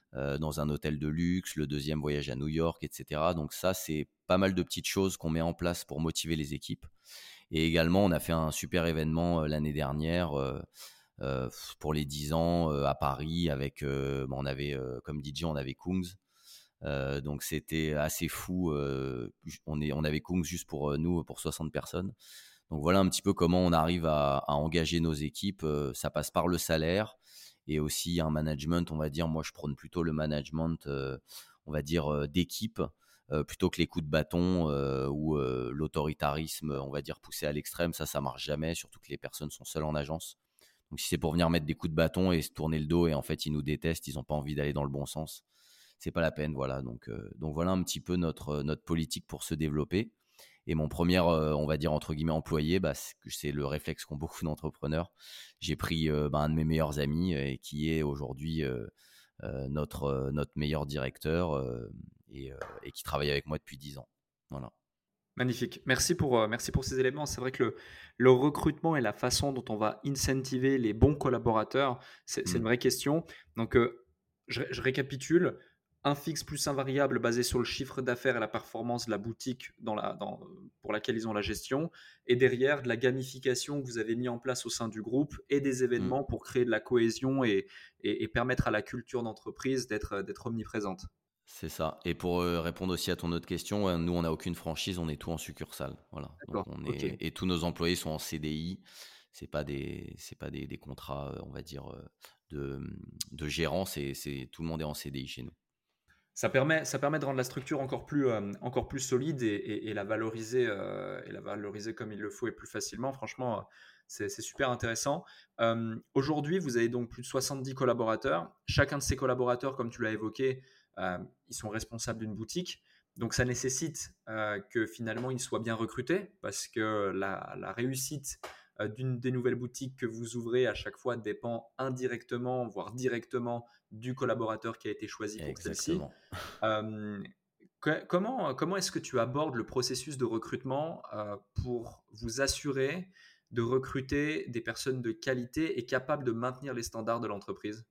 euh, dans un hôtel de luxe, le deuxième voyage à New York, et cetera. Donc ça, c'est pas mal de petites choses qu'on met en place pour motiver les équipes. Et également, on a fait un super événement euh, l'année dernière euh, euh, pour les dix ans euh, à Paris avec, euh, bon, on avait, euh, comme D J, on avait Kungs. Euh, donc c'était assez fou. Euh, on, est, on avait Kungs juste pour euh, nous, pour soixante personnes. Donc voilà un petit peu comment on arrive à, à engager nos équipes. Euh, ça passe par le salaire et aussi un management, on va dire. Moi, je prône plutôt le management, euh, on va dire, euh, d'équipe, euh, plutôt que les coups de bâton euh, ou euh, l'autoritarisme, on va dire, poussé à l'extrême. Ça, ça marche jamais, surtout que les personnes sont seules en agence. Donc si c'est pour venir mettre des coups de bâton et se tourner le dos et en fait, ils nous détestent, ils n'ont pas envie d'aller dans le bon sens, c'est pas la peine. Voilà. Donc, euh, donc voilà un petit peu notre, notre politique pour se développer. Et mon premier, euh, on va dire, entre guillemets, employé, bah, c'est, c'est le réflexe qu'ont beaucoup d'entrepreneurs. J'ai pris euh, bah, un de mes meilleurs amis et qui est aujourd'hui euh, euh, notre, euh, notre meilleur directeur euh, et, euh, et qui travaille avec moi depuis dix ans. Voilà. Magnifique. Merci pour, euh, merci pour ces éléments. C'est vrai que le, le recrutement et la façon dont on va incentiver les bons collaborateurs, c'est, c'est Mm. une vraie question. Donc, euh, je, je récapitule. Un fixe plus un variable basé sur le chiffre d'affaires et la performance de la boutique dans la, dans, pour laquelle ils ont la gestion. Et derrière, de la gamification que vous avez mis en place au sein du groupe et des Mm. événements pour créer de la cohésion et, et, et permettre à la culture d'entreprise d'être, d'être omniprésente. C'est ça. Et pour euh, répondre aussi à ton autre question, ouais, nous, on n'a aucune franchise, on est tout en succursale. Voilà. Donc, D'accord. on OK. est, et tous nos employés sont en C D I. C'est pas des, c'est pas des, des contrats, euh, on va dire, euh, de, de gérance. C'est, c'est, tout le monde est en C D I chez nous. Ça permet, ça permet de rendre la structure encore plus, euh, encore plus solide et, et- et la valoriser, euh, et la valoriser comme il le faut et plus facilement. Franchement, euh, c'est, c'est super intéressant. Euh, aujourd'hui, vous avez donc plus de soixante-dix collaborateurs. Chacun de ces collaborateurs, comme tu l'as évoqué, euh, ils sont responsables d'une boutique. Donc, ça nécessite euh, que finalement, ils soient bien recrutés parce que la, la réussite euh, d'une des nouvelles boutiques que vous ouvrez à chaque fois dépend indirectement, voire directement du collaborateur qui a été choisi pour celle-ci. Exactement. Euh, que- comment comment est-ce que tu abordes le processus de recrutement euh, pour vous assurer de recruter des personnes de qualité et capables de maintenir les standards de l'entreprise?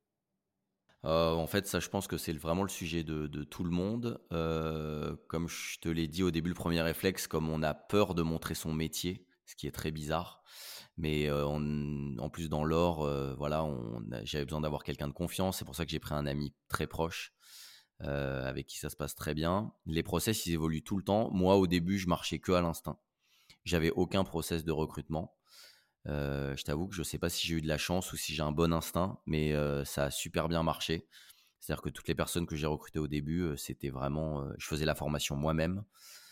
Euh, en fait, ça, je pense que c'est vraiment le sujet de, de tout le monde. Euh, comme je te l'ai dit au début, le premier réflexe, comme on a peur de montrer son métier, ce qui est très bizarre. Mais euh, on- en plus, dans l'or, euh, voilà, on a- j'avais besoin d'avoir quelqu'un de confiance. C'est pour ça que j'ai pris un ami très proche euh, avec qui ça se passe très bien. Les process, ils évoluent tout le temps. Moi, au début, je marchais que à l'instinct. J'avais aucun process de recrutement. Euh, je t'avoue que je ne sais pas si j'ai eu de la chance ou si j'ai un bon instinct, mais euh, ça a super bien marché. C'est-à-dire que toutes les personnes que j'ai recrutées au début, euh, c'était vraiment, euh, je faisais la formation moi-même.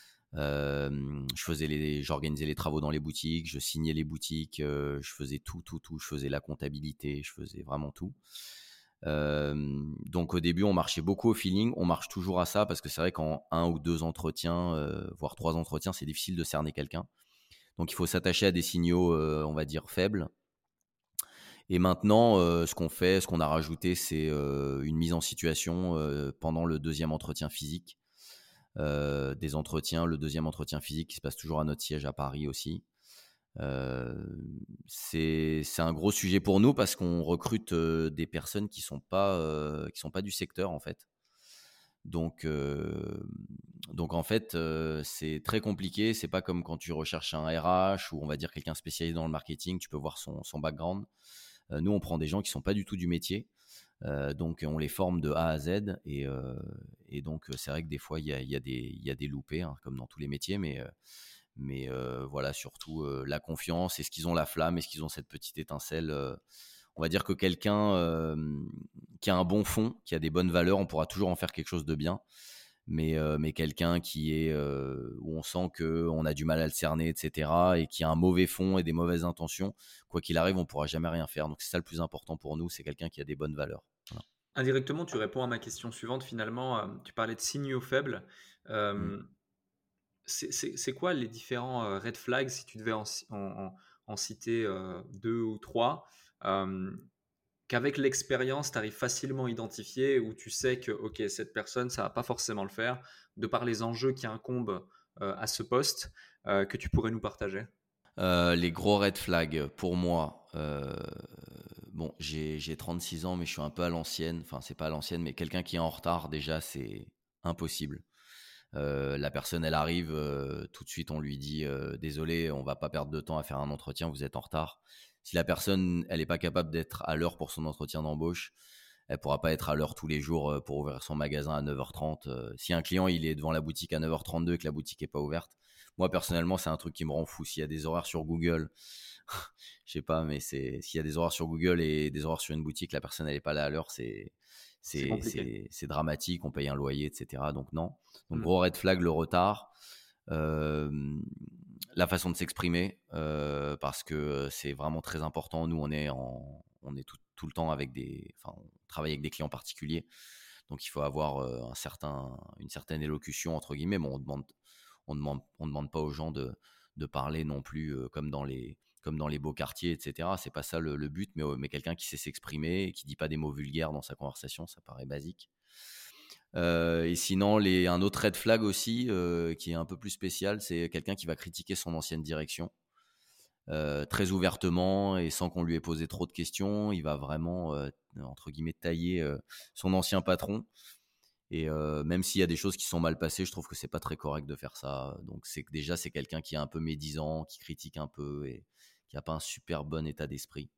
Euh, je faisais les, j'organisais les travaux dans les boutiques, je signais les boutiques, euh, je faisais tout, tout, tout. Je faisais la comptabilité, je faisais vraiment tout. Euh, donc au début, on marchait beaucoup au feeling. On marche toujours à ça parce que c'est vrai qu'en un ou deux entretiens, euh, voire trois entretiens, c'est difficile de cerner quelqu'un. Donc il faut s'attacher à des signaux, euh, on va dire, faibles. Et maintenant, euh, ce qu'on fait, ce qu'on a rajouté, c'est euh, une mise en situation euh, pendant le deuxième entretien physique. Euh, des entretiens, le deuxième entretien physique qui se passe toujours à notre siège à Paris aussi. Euh, c'est, c'est un gros sujet pour nous parce qu'on recrute euh, des personnes qui sont pas euh, qui sont pas du secteur en fait. Donc, euh, donc en fait, euh, c'est très compliqué. C'est pas comme quand tu recherches un R H ou on va dire quelqu'un spécialisé dans le marketing. Tu peux voir son, son background. Euh, nous, on prend des gens qui sont pas du tout du métier. Euh, donc, on les forme de A à Z. Et, euh, et donc, c'est vrai que des fois, il y a, il y a des, il y a des loupés, hein, comme dans tous les métiers. Mais, euh, mais euh, voilà, surtout euh, la confiance. Est-ce qu'ils ont la flamme? Est-ce qu'ils ont cette petite étincelle euh, On va dire que quelqu'un euh, qui a un bon fond, qui a des bonnes valeurs, on pourra toujours en faire quelque chose de bien. Mais, euh, mais quelqu'un qui est euh, où on sent qu'on a du mal à le cerner, et cetera, et qui a un mauvais fond et des mauvaises intentions, quoi qu'il arrive, on ne pourra jamais rien faire. Donc c'est ça le plus important pour nous, c'est quelqu'un qui a des bonnes valeurs. Voilà. Indirectement, tu réponds à ma question suivante. Finalement, euh, tu parlais de signaux faibles. Mm. Euh, c'est, c'est- c'est quoi les différents euh, red flags, si tu devais en, ci- en- en- en citer euh, deux ou trois, euh, qu'avec l'expérience, tu arrives facilement à identifier, où tu sais que ok, cette personne, ça va pas forcément le faire, de par les enjeux qui incombent euh, à ce poste, euh, que tu pourrais nous partager? Euh, les gros red flags pour moi, euh, bon, j'ai, j'ai trente-six ans, mais je suis un peu à l'ancienne. Enfin, c'est pas à l'ancienne, mais quelqu'un qui est en retard, déjà, c'est impossible. Euh, la personne, elle arrive, euh, tout de suite, on lui dit euh, désolé, on va pas perdre de temps à faire un entretien, vous êtes en retard. Si la personne, elle n'est pas capable d'être à l'heure pour son entretien d'embauche, elle pourra pas être à l'heure tous les jours euh, pour ouvrir son magasin à neuf heures trente. Euh, si un client, il est devant la boutique à neuf heures trente-deux et que la boutique est pas ouverte, moi, personnellement, c'est un truc qui me rend fou. S'il y a des horaires sur Google, je sais pas, mais c'est, s'il y a des horaires sur Google et des horaires sur une boutique, la personne, elle est pas là à l'heure, c'est, C'est c'est, compliqué. c'est, c'est dramatique, on paye un loyer, et cetera. Donc non. Donc Mm. gros red flag, le retard. Euh, la façon de s'exprimer, euh, parce que c'est vraiment très important. Nous, on est, en, on est tout, tout le temps avec des... Enfin, on travaille avec des clients particuliers. Donc, il faut avoir euh, un certain, une certaine élocution, entre guillemets. Bon, on demande, on demande, on demande pas aux gens de, de parler non plus euh, comme dans les... comme dans les beaux quartiers, et cetera. C'est pas ça le, le but, mais, mais quelqu'un qui sait s'exprimer et qui dit pas des mots vulgaires dans sa conversation, ça paraît basique. Euh, et sinon, les, un autre red flag aussi, euh, qui est un peu plus spécial, c'est quelqu'un qui va critiquer son ancienne direction euh, très ouvertement et sans qu'on lui ait posé trop de questions. Il va vraiment, euh, entre guillemets, tailler euh, son ancien patron. Et euh, même s'il y a des choses qui sont mal passées, je trouve que c'est pas très correct de faire ça. Donc c'est que déjà, c'est quelqu'un qui est un peu médisant, qui critique un peu et qui n'a pas un super bon état d'esprit.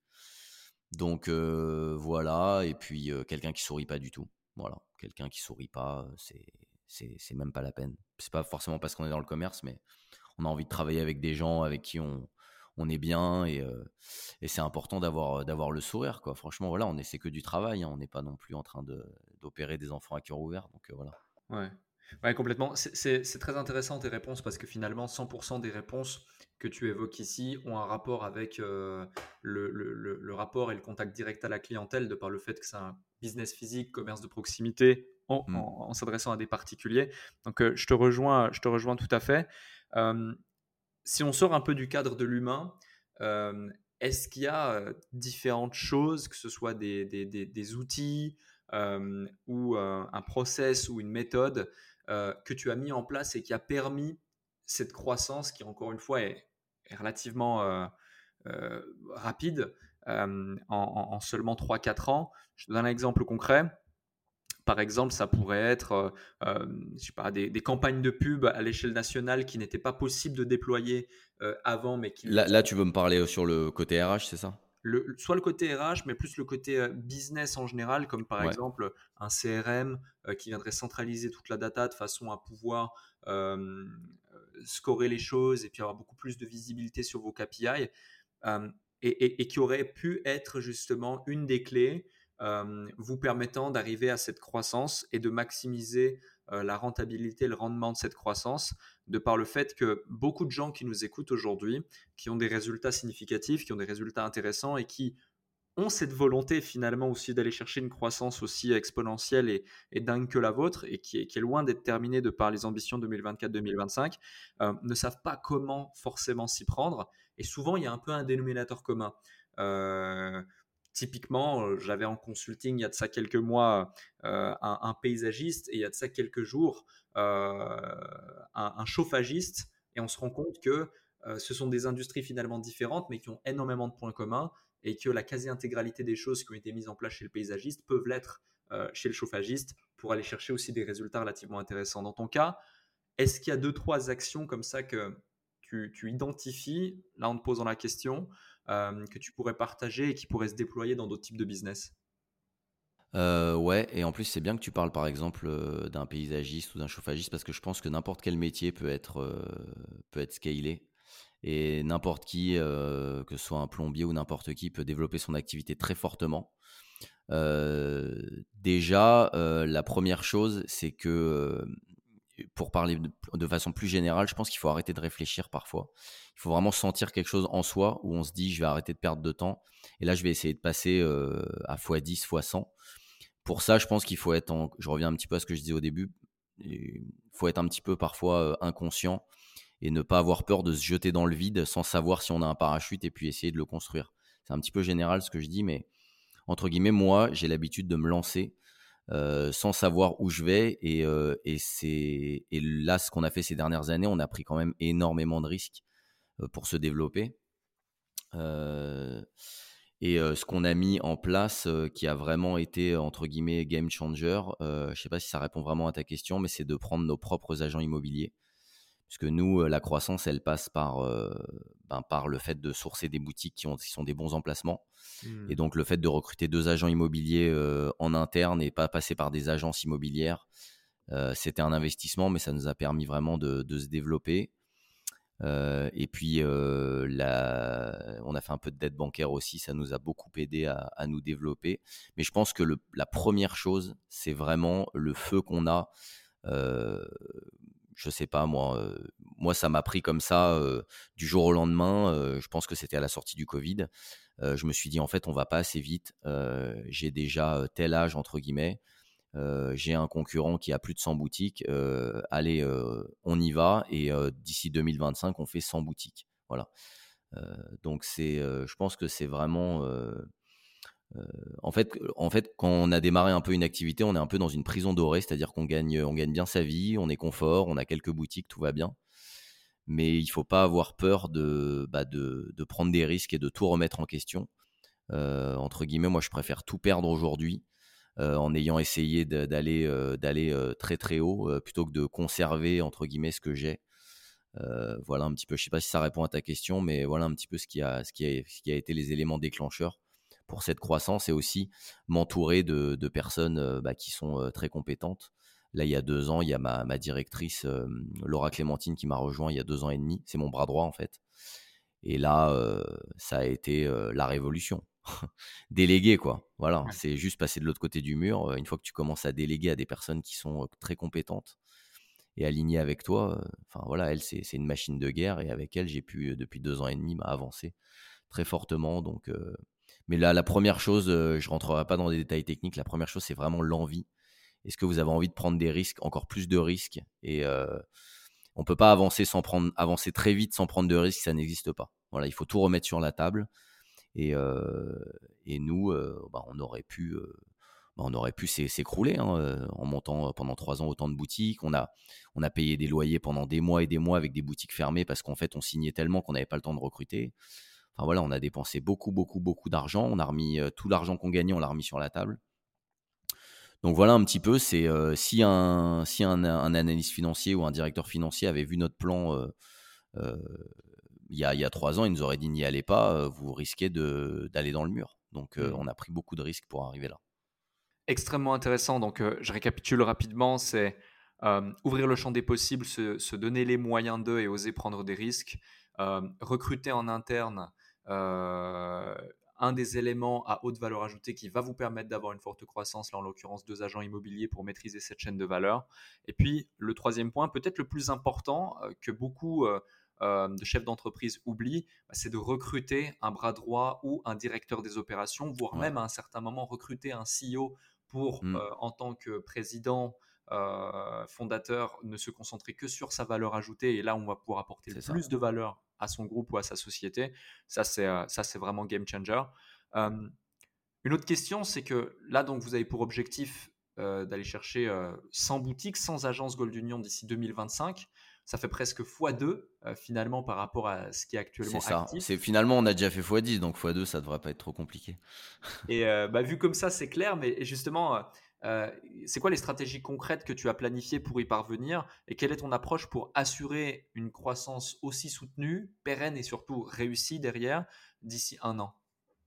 Donc euh, voilà, et puis euh, quelqu'un qui sourit pas du tout. Voilà, quelqu'un qui sourit pas, c'est, c'est, c'est même pas la peine. C'est pas forcément parce qu'on est dans le commerce, mais on a envie de travailler avec des gens avec qui on, on est bien et, euh, et c'est important d'avoir, d'avoir le sourire, quoi. Franchement, voilà, on est, c'est que du travail, hein. On n'est pas non plus en train de, d'opérer des enfants à cœur ouvert, donc euh, voilà. Ouais. Ouais, complètement. C'est c'est- c'est très intéressant tes réponses parce que finalement, cent pour cent des réponses que tu évoques ici ont un rapport avec euh, le, le- le- le rapport et le contact direct à la clientèle de par le fait que c'est un business physique, commerce de proximité en, Mm. en- en s'adressant à des particuliers. Donc, euh, je te rejoins, je te rejoins tout à fait. Euh, Si on sort un peu du cadre de l'humain, euh, est-ce qu'il y a euh, différentes choses, que ce soit des, des- des- des outils euh, ou euh, un process ou une méthode euh, que tu as mis en place et qui a permis cette croissance qui, encore une fois, est, est relativement euh, euh, rapide euh, en, en- en seulement trois quatre ans? Je te donne un exemple concret. Par exemple, ça pourrait être euh, euh, je sais pas, des, des campagnes de pub à l'échelle nationale qui n'étaient pas possibles de déployer euh, avant, mais qui le Là, là, tu veux me parler sur le côté R H, c'est ça? le, soit le côté R H, mais plus le côté euh, business en général, comme par Ouais. exemple un C R M euh, qui viendrait centraliser toute la data de façon à pouvoir euh, euh, scorer les choses et puis avoir beaucoup plus de visibilité sur vos K P I, euh, et, et- et qui aurait pu être justement une des clés euh, vous permettant d'arriver à cette croissance et de maximiser euh, la rentabilité, le rendement de cette croissance, de par le fait que beaucoup de gens qui nous écoutent aujourd'hui, qui ont des résultats significatifs, qui ont des résultats intéressants et qui ont cette volonté finalement aussi d'aller chercher une croissance aussi exponentielle et, et dingue que la vôtre et qui est, qui est loin d'être terminée de par les ambitions deux mille vingt-quatre deux mille vingt-cinq, euh, ne savent pas comment forcément s'y prendre. Et souvent, il y a un peu un dénominateur commun. Euh, Typiquement, euh, j'avais en consulting il y a de ça quelques mois euh, un, un paysagiste et il y a de ça quelques jours euh, un, un chauffagiste et on se rend compte que euh, ce sont des industries finalement différentes mais qui ont énormément de points communs et que la quasi-intégralité des choses qui ont été mises en place chez le paysagiste peuvent l'être euh, chez le chauffagiste pour aller chercher aussi des résultats relativement intéressants. Dans ton cas, est-ce qu'il y a deux, trois actions comme ça que tu, tu identifies, là en te posant la question, euh, que tu pourrais partager et qui pourraient se déployer dans d'autres types de business? Euh, ouais, et en plus, c'est bien que tu parles par exemple euh, d'un paysagiste ou d'un chauffagiste parce que je pense que n'importe quel métier peut être, euh, peut être scalé et n'importe qui, euh, que ce soit un plombier ou n'importe qui, peut développer son activité très fortement. Euh, déjà, euh, la première chose, c'est que euh, pour parler de, de façon plus générale, je pense qu'il faut arrêter de réfléchir parfois. Il faut vraiment sentir quelque chose en soi où on se dit je vais arrêter de perdre de temps et là je vais essayer de passer euh, à fois dix, fois cent. Pour ça, je pense qu'il faut être, en, je reviens un petit peu à ce que je disais au début, il faut être un petit peu parfois euh, inconscient et ne pas avoir peur de se jeter dans le vide sans savoir si on a un parachute et puis essayer de le construire. C'est un petit peu général ce que je dis, mais entre guillemets, moi, j'ai l'habitude de me lancer euh, sans savoir où je vais et, euh, et, c'est, et là, ce qu'on a fait ces dernières années, on a pris quand même énormément de risques euh, pour se développer. Euh, Et euh, ce qu'on a mis en place, euh, qui a vraiment été, entre guillemets, game changer, euh, je ne sais pas si ça répond vraiment à ta question, mais c'est de prendre nos propres agents immobiliers. Puisque nous, euh, la croissance, elle passe par, euh, ben, par le fait de sourcer des boutiques qui, ont, qui sont des bons emplacements. Hmm. Et donc, le fait de recruter deux agents immobiliers euh, en interne et pas passer par des agences immobilières, euh, c'était un investissement, mais ça nous a permis vraiment de, de se développer. Euh, et puis, euh, la... on a fait un peu de dette bancaire aussi, ça nous a beaucoup aidé à, à nous développer. Mais je pense que le, la première chose, c'est vraiment le feu qu'on a. Euh, je sais pas, moi, euh, moi ça m'a pris comme ça euh, du jour au lendemain. Euh, je pense que c'était à la sortie du Covid. Euh, je me suis dit, en fait, on va pas assez vite. Euh, j'ai déjà tel âge, entre guillemets. Euh, j'ai un concurrent qui a plus de cent boutiques. Euh, allez, euh, on y va. Et euh, d'ici deux mille vingt-cinq, on fait cent boutiques. Voilà. Euh, donc, c'est, euh, je pense que c'est vraiment. Euh, euh, en fait, en fait, quand on a démarré un peu une activité, on est un peu dans une prison dorée, c'est-à-dire qu'on gagne, on gagne bien sa vie, on est confort, on a quelques boutiques, tout va bien. Mais il ne faut pas avoir peur de, bah de, de prendre des risques et de tout remettre en question. Euh, entre guillemets, moi, je préfère tout perdre aujourd'hui euh, en ayant essayé de, d'aller, euh, d'aller euh, très très haut euh, plutôt que de conserver entre guillemets ce que j'ai. Euh, voilà un petit peu. Je ne sais pas si ça répond à ta question, mais voilà un petit peu ce qui a, ce qui a, ce qui a été les éléments déclencheurs pour cette croissance et aussi m'entourer de, de personnes euh, bah, qui sont euh, très compétentes. Là, il y a deux ans, il y a ma, ma directrice euh, Laura Clémentine qui m'a rejoint il y a deux ans et demi. C'est mon bras droit en fait. Et là, euh, ça a été euh, la révolution. Déléguer, quoi. Voilà, Ouais. c'est juste passer de l'autre côté du mur. Une fois que tu commences à déléguer à des personnes qui sont euh, très compétentes et alignées avec toi, euh, enfin voilà, elle, c'est, c'est une machine de guerre. Et avec elle, j'ai pu, euh, depuis deux ans et demi, avancer très fortement. Donc, euh, mais là, la première chose, euh, je ne rentrerai pas dans des détails techniques. La première chose, c'est vraiment l'envie. Est-ce que vous avez envie de prendre des risques, encore plus de risques? Et euh, on ne peut pas avancer, sans prendre, avancer très vite sans prendre de risques, ça n'existe pas. Voilà, il faut tout remettre sur la table. Et, euh, et nous, euh, bah, on aurait pu, euh, bah, on aurait pu s'écrouler hein, euh, en montant pendant trois ans autant de boutiques. On a, on a payé des loyers pendant des mois et des mois avec des boutiques fermées parce qu'en fait, on signait tellement qu'on n'avait pas le temps de recruter. Enfin voilà, on a dépensé beaucoup, beaucoup, beaucoup d'argent. On a remis euh, tout l'argent qu'on gagnait, on l'a remis sur la table. Donc voilà un petit peu, c'est euh, si, un, si un, un analyste financier ou un directeur financier avait vu notre plan euh, euh, il y a, il y a trois ans, il nous aurait dit n'y allez pas, euh, vous risquez de, d'aller dans le mur. Donc euh, Hmm. on a pris beaucoup de risques pour arriver là. Extrêmement intéressant. Donc, euh, je récapitule rapidement, c'est euh, ouvrir le champ des possibles, se, se donner les moyens d'eux et oser prendre des risques, euh, recruter en interne euh, un des éléments à haute valeur ajoutée qui va vous permettre d'avoir une forte croissance, là en l'occurrence deux agents immobiliers pour maîtriser cette chaîne de valeur. Et puis, le troisième point, peut-être le plus important euh, que beaucoup euh, euh, de chefs d'entreprise oublient, bah, c'est de recruter un bras droit ou un directeur des opérations, voire Ouais. même à un certain moment recruter un C E O pour, Mm. euh, en tant que président euh, fondateur, ne se concentrer que sur sa valeur ajoutée. Et là, on va pouvoir apporter le C'est ça. plus de valeur à son groupe ou à sa société. Ça, c'est euh, ça, c'est vraiment game changer. Euh, une autre question, c'est que là, donc, vous avez pour objectif euh, d'aller chercher euh, cent boutiques, cent agences Gold Union d'ici deux mille vingt-cinq. Ça fait presque fois deux euh, finalement par rapport à ce qui est C'est actuellement ça. actif. C'est, finalement, on a déjà fait fois dix, donc fois deux, ça devrait pas être trop compliqué. Et euh, bah, vu comme ça, c'est clair, mais justement, euh, euh, c'est quoi les stratégies concrètes que tu as planifiées pour y parvenir et quelle est ton approche pour assurer une croissance aussi soutenue, pérenne et surtout réussie derrière d'ici un an?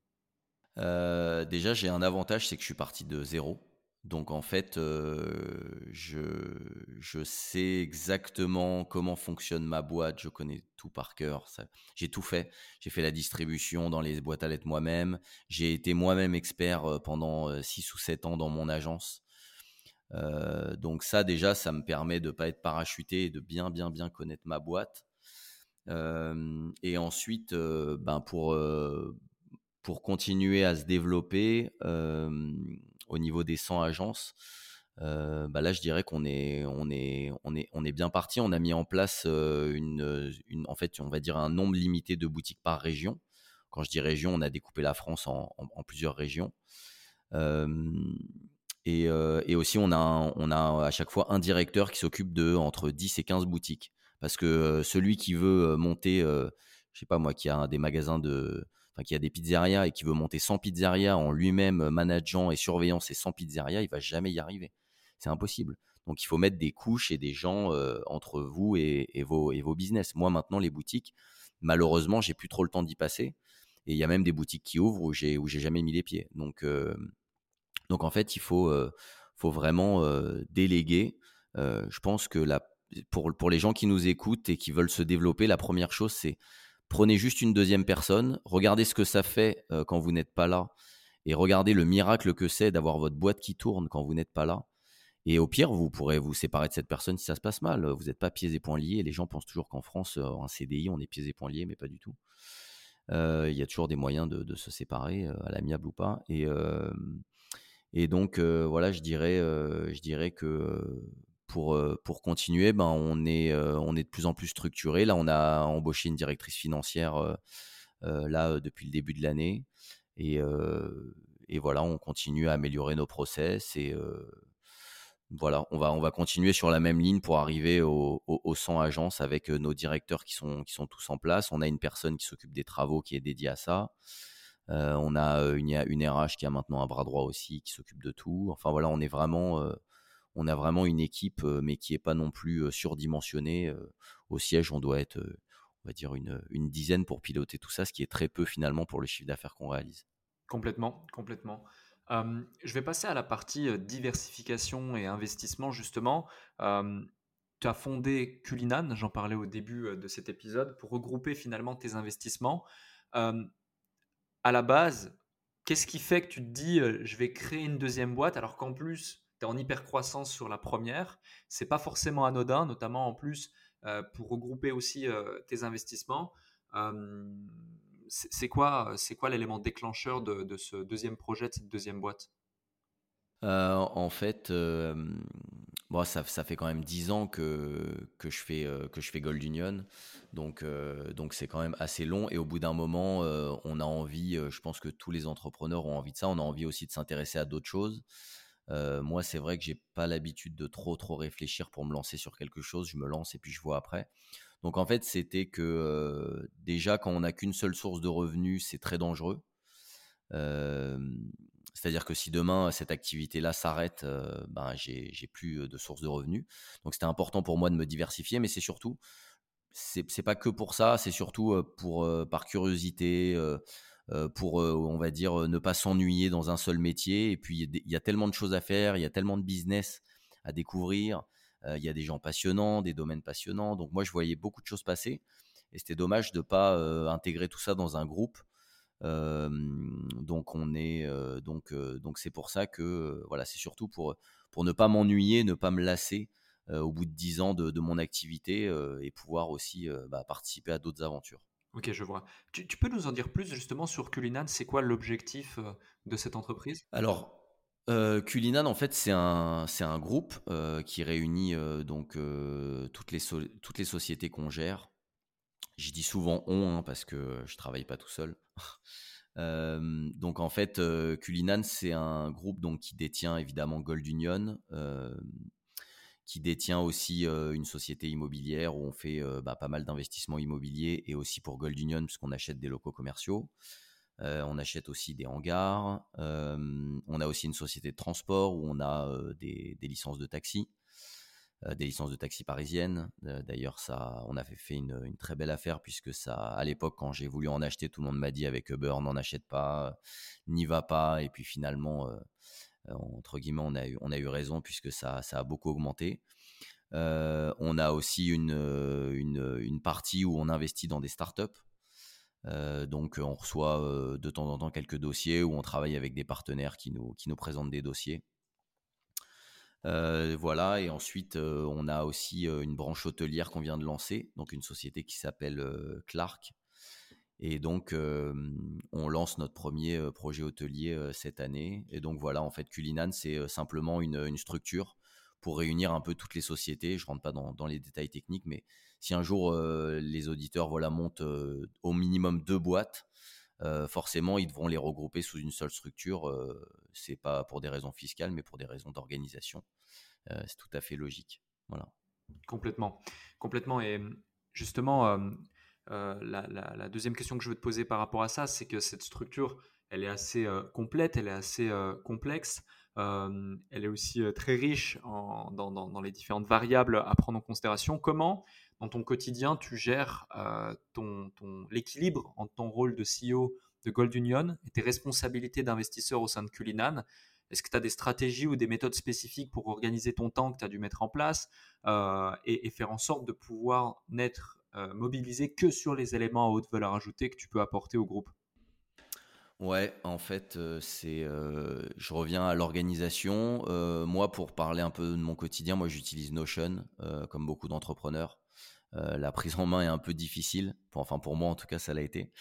Euh, déjà, j'ai un avantage, c'est que je suis parti de zéro. Donc en fait, euh, je, je sais exactement comment fonctionne ma boîte, je connais tout par cœur. Ça- j'ai tout fait. J'ai fait la distribution dans les boîtes à lettres moi-même. J'ai été moi-même expert euh, pendant six ou sept ans dans mon agence. Euh, donc ça, déjà, ça me permet de ne pas être parachuté et de bien, bien, bien connaître ma boîte. Euh, et ensuite, euh, ben pour, euh, pour continuer à se développer euh, au niveau des cent agences, euh, bah là je dirais qu'on est, on est, on est, on est bien parti. On a mis en place euh, une, une, en fait, on va dire un nombre limité de boutiques par région. Quand je dis région, on a découpé la France en, en, en plusieurs régions. Euh, et, euh, et aussi, on a, un- on a à chaque fois un directeur qui s'occupe de entre dix et quinze boutiques. Parce que euh, celui qui veut euh, monter, euh, je sais pas moi, qui a un- des magasins de, enfin qui a des pizzerias et qui veut monter cent pizzerias en lui-même manageant et surveillant ces cent pizzerias, il va jamais y arriver. C'est impossible. Donc il faut mettre des couches et des gens euh, entre vous et, et, vos, et vos business. Moi maintenant les boutiques, malheureusement j'ai plus trop le temps d'y passer. Et il y a même des boutiques qui ouvrent où j'ai où j'ai jamais mis les pieds. Donc euh, donc en fait il faut euh, faut vraiment euh, déléguer. Euh, je pense que la pour pour les gens qui nous écoutent et qui veulent se développer, la première chose c'est prenez juste une deuxième personne, regardez ce que ça fait euh, quand vous n'êtes pas là et regardez le miracle que c'est d'avoir votre boîte qui tourne quand vous n'êtes pas là. Et au pire, vous pourrez vous séparer de cette personne si ça se passe mal. Vous n'êtes pas pieds et poings liés. Les gens pensent toujours qu'en France, en C D I, on est pieds et poings liés, mais pas du tout. Euh, Il y a toujours des moyens de, de se séparer, euh, à l'amiable ou pas. Et, euh, et donc, euh, voilà, je dirais, euh, je dirais que euh, pour, euh, pour continuer, ben, on, est, euh, on est de plus en plus structuré. Là, on a embauché une directrice financière euh, euh, là, euh, depuis le début de l'année. Et, euh, et voilà, on continue à améliorer nos process. Et euh, voilà, on va, on va continuer sur la même ligne pour arriver au, au, aux cent agences avec euh, nos directeurs qui sont, qui sont tous en place. On a une personne qui s'occupe des travaux qui est dédiée à ça. Euh, on a euh, une, une R H qui a maintenant un bras droit aussi qui s'occupe de tout. Enfin voilà, on est vraiment, euh, on a vraiment une équipe, euh, mais qui n'est pas non plus euh, surdimensionnée. Euh, au siège, on doit être, euh, on va dire, une, une dizaine pour piloter tout ça, ce qui est très peu finalement pour le chiffre d'affaires qu'on réalise. Complètement, complètement. Euh, je vais passer à la partie euh, diversification et investissement justement. Euh, tu as fondé Culinan, j'en parlais au début euh, de cet épisode, pour regrouper finalement tes investissements. Euh, à la base, qu'est-ce qui fait que tu te dis euh, je vais créer une deuxième boîte alors qu'en plus tu es en hyper croissance sur la première? C'est pas forcément anodin, notamment en plus euh, pour regrouper aussi euh, tes investissements. Euh, c'est c'est quoi, c'est quoi l'élément déclencheur de, de ce deuxième projet, de cette deuxième boîte? Euh, en fait, euh, bon, ça, ça fait quand même dix ans que, que, je fais, euh, que je fais Gold Union, donc euh, donc c'est quand même assez long. Et au bout d'un moment, euh, on a envie, euh, je pense que tous les entrepreneurs ont envie de ça, on a envie aussi de s'intéresser à d'autres choses. Euh, moi, c'est vrai que j'ai pas l'habitude de trop trop réfléchir pour me lancer sur quelque chose. Je me lance et puis je vois après. Donc en fait, c'était que euh, déjà quand on n'a qu'une seule source de revenus, c'est très dangereux. Euh, C'est-à-dire que si demain cette activité-là s'arrête, euh, ben j'ai j'ai plus de source de revenus. Donc c'était important pour moi de me diversifier, mais c'est surtout, c'est c'est pas que pour ça, c'est surtout euh, pour euh, par curiosité, euh, euh, pour euh, on va dire euh, ne pas s'ennuyer dans un seul métier. Et puis il y a des- il y a tellement de choses à faire, il y a tellement de business à découvrir, euh, il y a des gens passionnants, des domaines passionnants. Donc moi je voyais beaucoup de choses passer et c'était dommage de pas euh, intégrer tout ça dans un groupe. Euh, donc on est euh, donc euh, donc c'est pour ça que euh, voilà, c'est surtout pour pour ne pas m'ennuyer, ne pas me lasser euh, au bout de dix ans de, de mon activité euh, et pouvoir aussi euh, bah, participer à d'autres aventures. Ok, je vois. Tu, tu peux nous en dire plus justement sur Culinan? C'est quoi l'objectif euh, de cette entreprise? Alors, euh, Culinan, en fait, c'est un, c'est un groupe euh, qui réunit euh, donc euh, toutes les, so- toutes les sociétés qu'on gère. Je dis souvent on hein, parce que je travaille pas tout seul. Euh, donc en fait, euh, Culinan, c'est un groupe donc qui détient évidemment Gold Union, euh, qui détient aussi euh, une société immobilière où on fait euh, bah, pas mal d'investissements immobiliers et aussi pour Gold Union puisqu'on achète des locaux commerciaux. Euh, on achète aussi des hangars. Euh, on a aussi une société de transport où on a euh, des, des licences de taxi, euh, des licences de taxi parisiennes. Euh, d'ailleurs, ça, on avait fait une, une très belle affaire puisque ça, à l'époque, quand j'ai voulu en acheter, tout le monde m'a dit avec Uber, n'en achète pas, n'y va pas. Et puis finalement, euh, entre guillemets, on a eu, on a eu raison puisque ça, ça a beaucoup augmenté. Euh, on a aussi une, une, une partie où on investit dans des startups. Euh, donc on reçoit euh, de temps en temps quelques dossiers où on travaille avec des partenaires qui nous, qui nous présentent des dossiers. Euh, voilà, et ensuite euh, on a aussi euh, une branche hôtelière qu'on vient de lancer, donc une société qui s'appelle euh, Clark. Et donc euh, on lance notre premier euh, projet hôtelier euh, cette année. Et donc voilà, en fait, Culinan, c'est euh, simplement une, une structure pour réunir un peu toutes les sociétés. Je rentre pas dans, dans les détails techniques, mais si un jour euh, les auditeurs voilà, montent euh, au minimum deux boîtes, euh, forcément ils devront les regrouper sous une seule structure. Euh, c'est pas pour des raisons fiscales, mais pour des raisons d'organisation. Euh, c'est tout à fait logique. Voilà. Complètement, complètement. Et justement, euh, euh, la, la- la deuxième question que je veux te poser par rapport à ça, c'est que cette structure, elle est assez euh, complète, elle est assez euh, complexe, euh, elle est aussi euh, très riche en- dans, dans- dans les différentes variables à prendre en considération. Comment, dans ton quotidien, tu gères euh, ton, ton- l'équilibre entre ton rôle de C E O de Gold Union et tes responsabilités d'investisseur au sein de Cullinan? Est-ce que tu as des stratégies ou des méthodes spécifiques pour organiser ton temps que tu as dû mettre en place euh, et, et faire en sorte de pouvoir n'être euh, mobilisé que sur les éléments à haute valeur ajoutée que tu peux apporter au groupe? Ouais, en fait, euh, c'est, euh, je reviens à l'organisation. Euh, moi, pour parler un peu de mon quotidien, moi, j'utilise Notion, euh, comme beaucoup d'entrepreneurs. Euh, la prise en main est un peu difficile. Pour- enfin, pour moi, en tout cas, ça l'a été.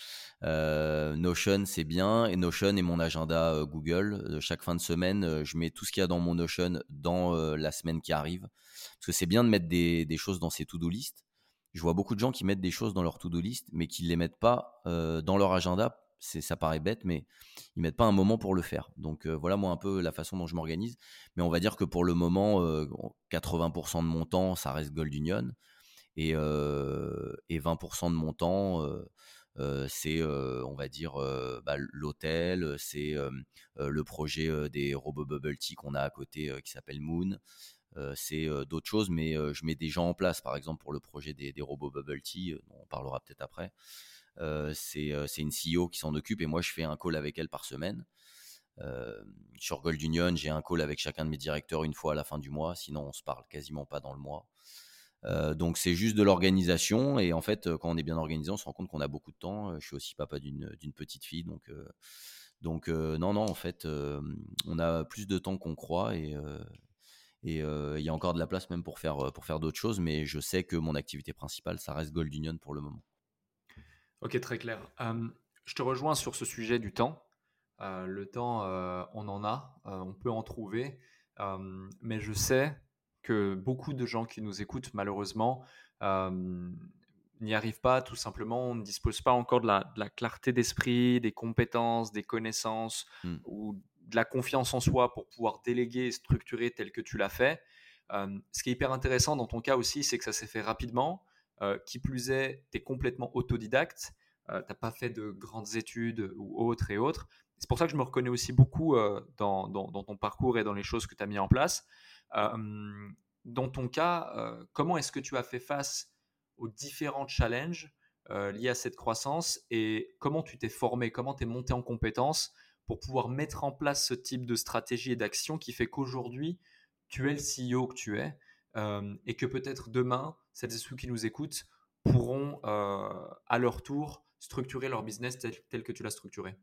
Euh, Notion, c'est bien. Et Notion est mon agenda euh, Google. Euh, chaque fin de semaine, euh, je mets tout ce qu'il y a dans mon Notion dans euh, la semaine qui arrive. Parce que c'est bien de mettre des, des choses dans ses to-do list. Je vois beaucoup de gens qui mettent des choses dans leur to-do list, mais qui ne les mettent pas euh, dans leur agenda. C'est, ça paraît bête, mais ils mettent pas un moment pour le faire. Donc euh, voilà moi un peu la façon dont je m'organise. Mais on va dire que pour le moment, euh, quatre-vingts pour cent de mon temps, ça reste Gold Union. Et, euh, et vingt pour cent de mon temps, euh, euh, c'est, euh, on va dire, euh, bah, l'hôtel, c'est euh, euh, le projet euh, des robots Bubble Tea qu'on a à côté euh, qui s'appelle Moon. Euh, c'est euh, d'autres choses, mais euh, je mets des gens en place, par exemple pour le projet des, des robots Bubble Tea, euh, dont on parlera peut-être après. Euh, c'est, euh, c'est une C E O qui s'en occupe et moi je fais un call avec elle par semaine. Euh, sur Gold Union, j'ai un call avec chacun de mes directeurs une fois à la fin du mois, sinon on se parle quasiment pas dans le mois. Euh, donc c'est juste de l'organisation et en fait quand on est bien organisé on se rend compte qu'on a beaucoup de temps. Je suis aussi papa d'une, d'une petite fille donc, euh, donc euh, non non en fait euh, on a plus de temps qu'on croit et euh, et euh, il y a encore de la place même pour faire, pour faire d'autres choses, mais je sais que mon activité principale ça reste Gold Union pour le moment. Ok, très clair. Euh, je te rejoins sur ce sujet du temps. Euh, le temps, euh, on en a, euh, on peut en trouver, Euh, mais je sais que beaucoup de gens qui nous écoutent, malheureusement, euh, n'y arrivent pas, tout simplement, on ne dispose pas encore de la, de la clarté d'esprit, des compétences, des connaissances Hmm. ou de la confiance en soi pour pouvoir déléguer et structurer tel que tu l'as fait. Euh, ce qui est hyper intéressant dans ton cas aussi, c'est que ça s'est fait rapidement. Euh, qui plus est, tu es complètement autodidacte, euh, tu n'as pas fait de grandes études ou autres et autres. C'est pour ça que je me reconnais aussi beaucoup euh, dans, dans, dans ton parcours et dans les choses que tu as mis en place. Euh, dans ton cas, euh, comment est-ce que tu as fait face aux différents challenges euh, liés à cette croissance et comment tu t'es formé, comment tu es monté en compétences pour pouvoir mettre en place ce type de stratégie et d'action qui fait qu'aujourd'hui, tu es le C E O que tu es euh, et que peut-être demain, celles et ceux qui nous écoutent pourront euh, à leur tour structurer leur business tel, tel que tu l'as structuré.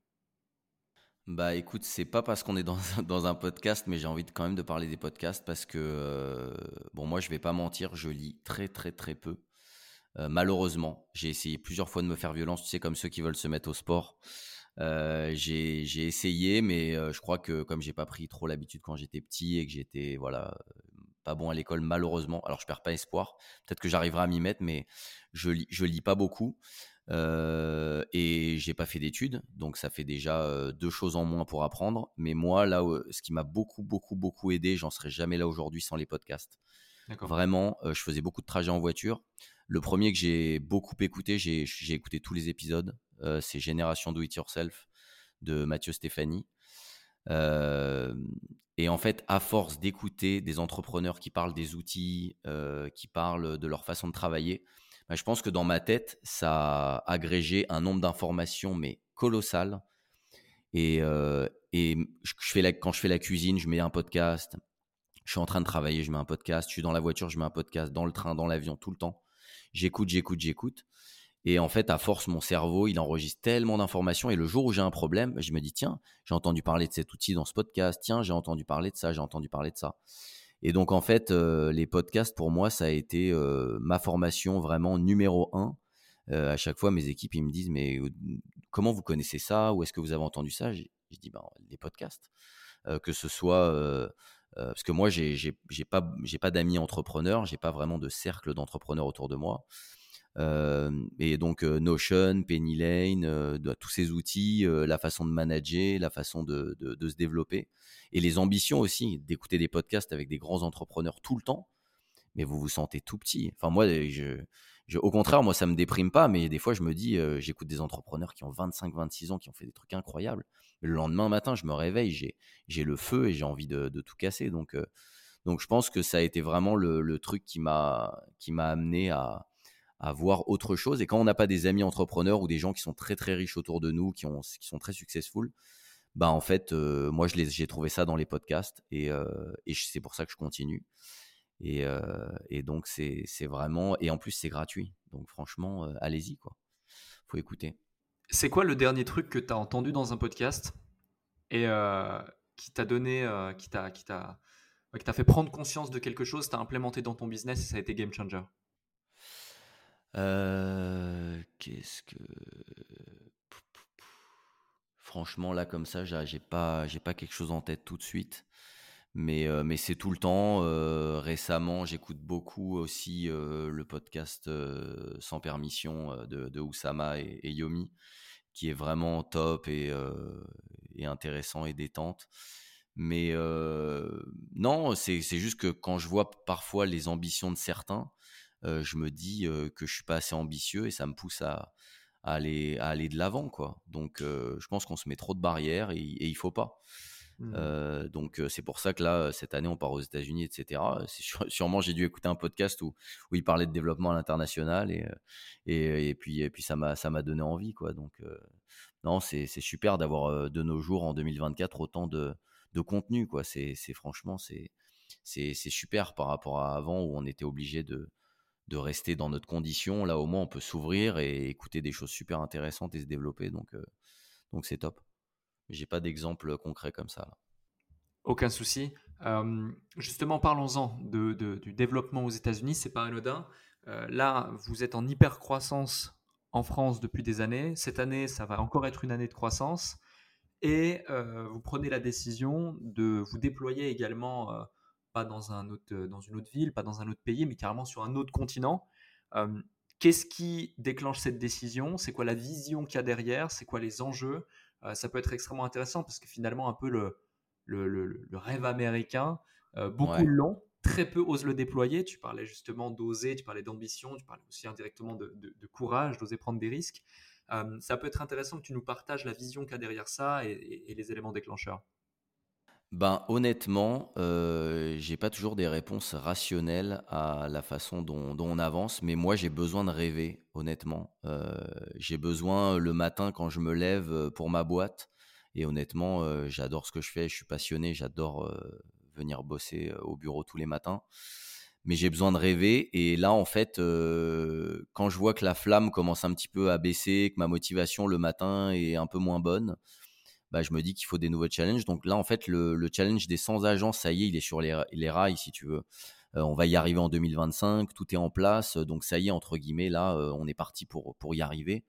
Bah écoute, c'est pas parce qu'on est dans, un- dans un podcast, mais j'ai envie de, quand même de parler des podcasts parce que, euh, bon, moi je vais pas mentir, je lis très très très peu. Euh, malheureusement, j'ai essayé plusieurs fois de me faire violence, tu sais, comme ceux qui veulent se mettre au sport. Euh, j'ai, j'ai essayé, mais euh, je crois que comme j'ai pas pris trop l'habitude quand j'étais petit et que j'étais voilà pas bon à l'école, malheureusement. Alors je perds pas espoir. Peut-être que j'arriverai à m'y mettre, mais je lis, je lis pas beaucoup. Euh, et j'ai pas fait d'études, donc ça fait déjà euh, deux choses en moins pour apprendre. Mais moi, là, où- ce qui m'a beaucoup, beaucoup, beaucoup aidé, j'en serais jamais là aujourd'hui sans les podcasts. D'accord. Vraiment, euh, je faisais beaucoup de trajets en voiture. Le premier que j'ai beaucoup écouté, j'ai, j'ai écouté tous les épisodes. Euh, c'est Génération Do It Yourself de Mathieu Stéphanie. Euh, et en fait, à force d'écouter des entrepreneurs qui parlent des outils, euh, qui parlent de leur façon de travailler, bah, je pense que dans ma tête, ça a agrégé un nombre d'informations, mais colossal. Et, euh, et je fais la, quand je fais la cuisine, je mets un podcast. Je suis en train de travailler, je mets un podcast. Je suis dans la voiture, je mets un podcast. Dans le train, dans l'avion, tout le temps. J'écoute, j'écoute, j'écoute. Et en fait, à force, mon cerveau, il enregistre tellement d'informations. Et le jour où j'ai un problème, je me dis, tiens, j'ai entendu parler de cet outil dans ce podcast. Tiens, j'ai entendu parler de ça, j'ai entendu parler de ça. Et donc, en fait, euh, les podcasts, pour moi, ça a été euh, ma formation vraiment numéro un. Euh, à chaque fois, mes équipes, ils me disent, mais euh, comment vous connaissez ça? Où est-ce que vous avez entendu ça? Je dis, ben, les podcasts. Euh, que ce soit... Euh, euh, parce que moi, j'ai, j'ai, j'ai pas, j'ai pas d'amis entrepreneurs, j'ai pas vraiment de cercle d'entrepreneurs autour de moi. Euh, et donc euh, Notion, Penny Lane, euh, de, tous ces outils, euh, la façon de manager, la façon de, de, de se développer et les ambitions aussi d'écouter des podcasts avec des grands entrepreneurs tout le temps. mais vous vous sentez tout petit. Enfin, moi, je, je, au contraire, moi, ça me déprime pas, mais des fois, je me dis, euh, j'écoute des entrepreneurs qui ont vingt-cinq, vingt-six ans, qui ont fait des trucs incroyables. Mais le lendemain matin, je me réveille, j'ai, j'ai le feu et j'ai envie de, de tout casser. Donc, euh, donc, je pense que ça a été vraiment le, le truc qui m'a, qui m'a amené à, à voir autre chose. Et quand on n'a pas des amis entrepreneurs ou des gens qui sont très, très riches autour de nous, qui, ont, qui sont très successful, bah en fait, euh, moi, je les, j'ai trouvé ça dans les podcasts et, euh, et c'est pour ça que je continue. Et, euh, et donc, c'est, c'est vraiment… Et en plus, c'est gratuit. Donc, franchement, euh, allez-y, quoi. Faut écouter. C'est quoi le dernier truc que tu as entendu dans un podcast et euh, qui t'a donné, euh, qui t'a, qui t'a, qui t'a fait prendre conscience de quelque chose, t'as implémenté dans ton business et ça a été game changer? Euh, qu'est-ce que… Franchement, là, comme ça, j'ai j'ai pas, j'ai pas quelque chose en tête tout de suite. Mais, euh, mais c'est tout le temps. Euh, récemment, j'écoute beaucoup aussi euh, le podcast euh, Sans Permission euh, de, de Oussama et, et Yomi, qui est vraiment top et, euh, et intéressant et détente. Mais euh, non, c'est, c'est juste que quand je vois parfois les ambitions de certains, euh, je me dis euh, que je suis pas assez ambitieux et ça me pousse à, à aller, à aller de l'avant, quoi. Donc, euh, je pense qu'on se met trop de barrières et, et il faut pas. Hmm. Euh, donc euh, c'est pour ça que là cette année on part aux États-Unis, et cetera. C'est sûr- sûrement j'ai dû écouter un podcast où, où il parlait de développement à l'international et, euh, et, et puis et puis ça m'a ça m'a donné envie, quoi. Donc euh, non, c'est c'est super d'avoir euh, de nos jours en deux mille vingt-quatre autant de de contenu, quoi. C'est c'est franchement c'est c'est c'est super par rapport à avant où on était obligé de de rester dans notre condition. Là au moins on peut s'ouvrir et écouter des choses super intéressantes et se développer. Donc euh, donc c'est top. J'ai pas d'exemple concret comme ça, là. Aucun souci. Euh, justement, parlons-en de, de- du développement aux États-Unis. C'est pas anodin. Euh, là, vous êtes en hyper croissance en France depuis des années. Cette année, ça va encore être une année de croissance. Et euh, vous prenez la décision de vous déployer également, euh, pas dans, un autre, dans une autre ville, pas dans un autre pays, mais carrément sur un autre continent. Euh, Qu'est-ce qui déclenche cette décision? C'est quoi la vision qu'il y a derrière? C'est quoi les enjeux? Euh, ça peut être extrêmement intéressant parce que finalement, un peu le, le, le- le rêve américain, euh, beaucoup Ouais. l'ont, très peu osent le déployer. Tu parlais justement d'oser, tu parlais d'ambition, tu parlais aussi indirectement de, de- de courage, d'oser prendre des risques. Euh, ça peut être intéressant que tu nous partages la vision qu'il y a derrière ça et, et- et les éléments déclencheurs. Ben, honnêtement, euh, j'ai pas toujours des réponses rationnelles à la façon dont, dont on avance, mais moi j'ai besoin de rêver, honnêtement. Euh, j'ai besoin le matin quand je me lève euh, pour ma boîte, et honnêtement, euh, j'adore ce que je fais, je suis passionné, j'adore euh, venir bosser euh, au bureau tous les matins, mais j'ai besoin de rêver, et là en fait, euh, quand je vois que la flamme commence un petit peu à baisser, que ma motivation le matin est un peu moins bonne, bah, je me dis qu'il faut des nouveaux challenges. Donc là, en fait, le, le challenge des cent agents, ça y est, il est sur les, les rails, si tu veux. Euh, on va y arriver en deux mille vingt-cinq, tout est en place. Donc ça y est, entre guillemets, là, euh, on est parti pour, pour y arriver.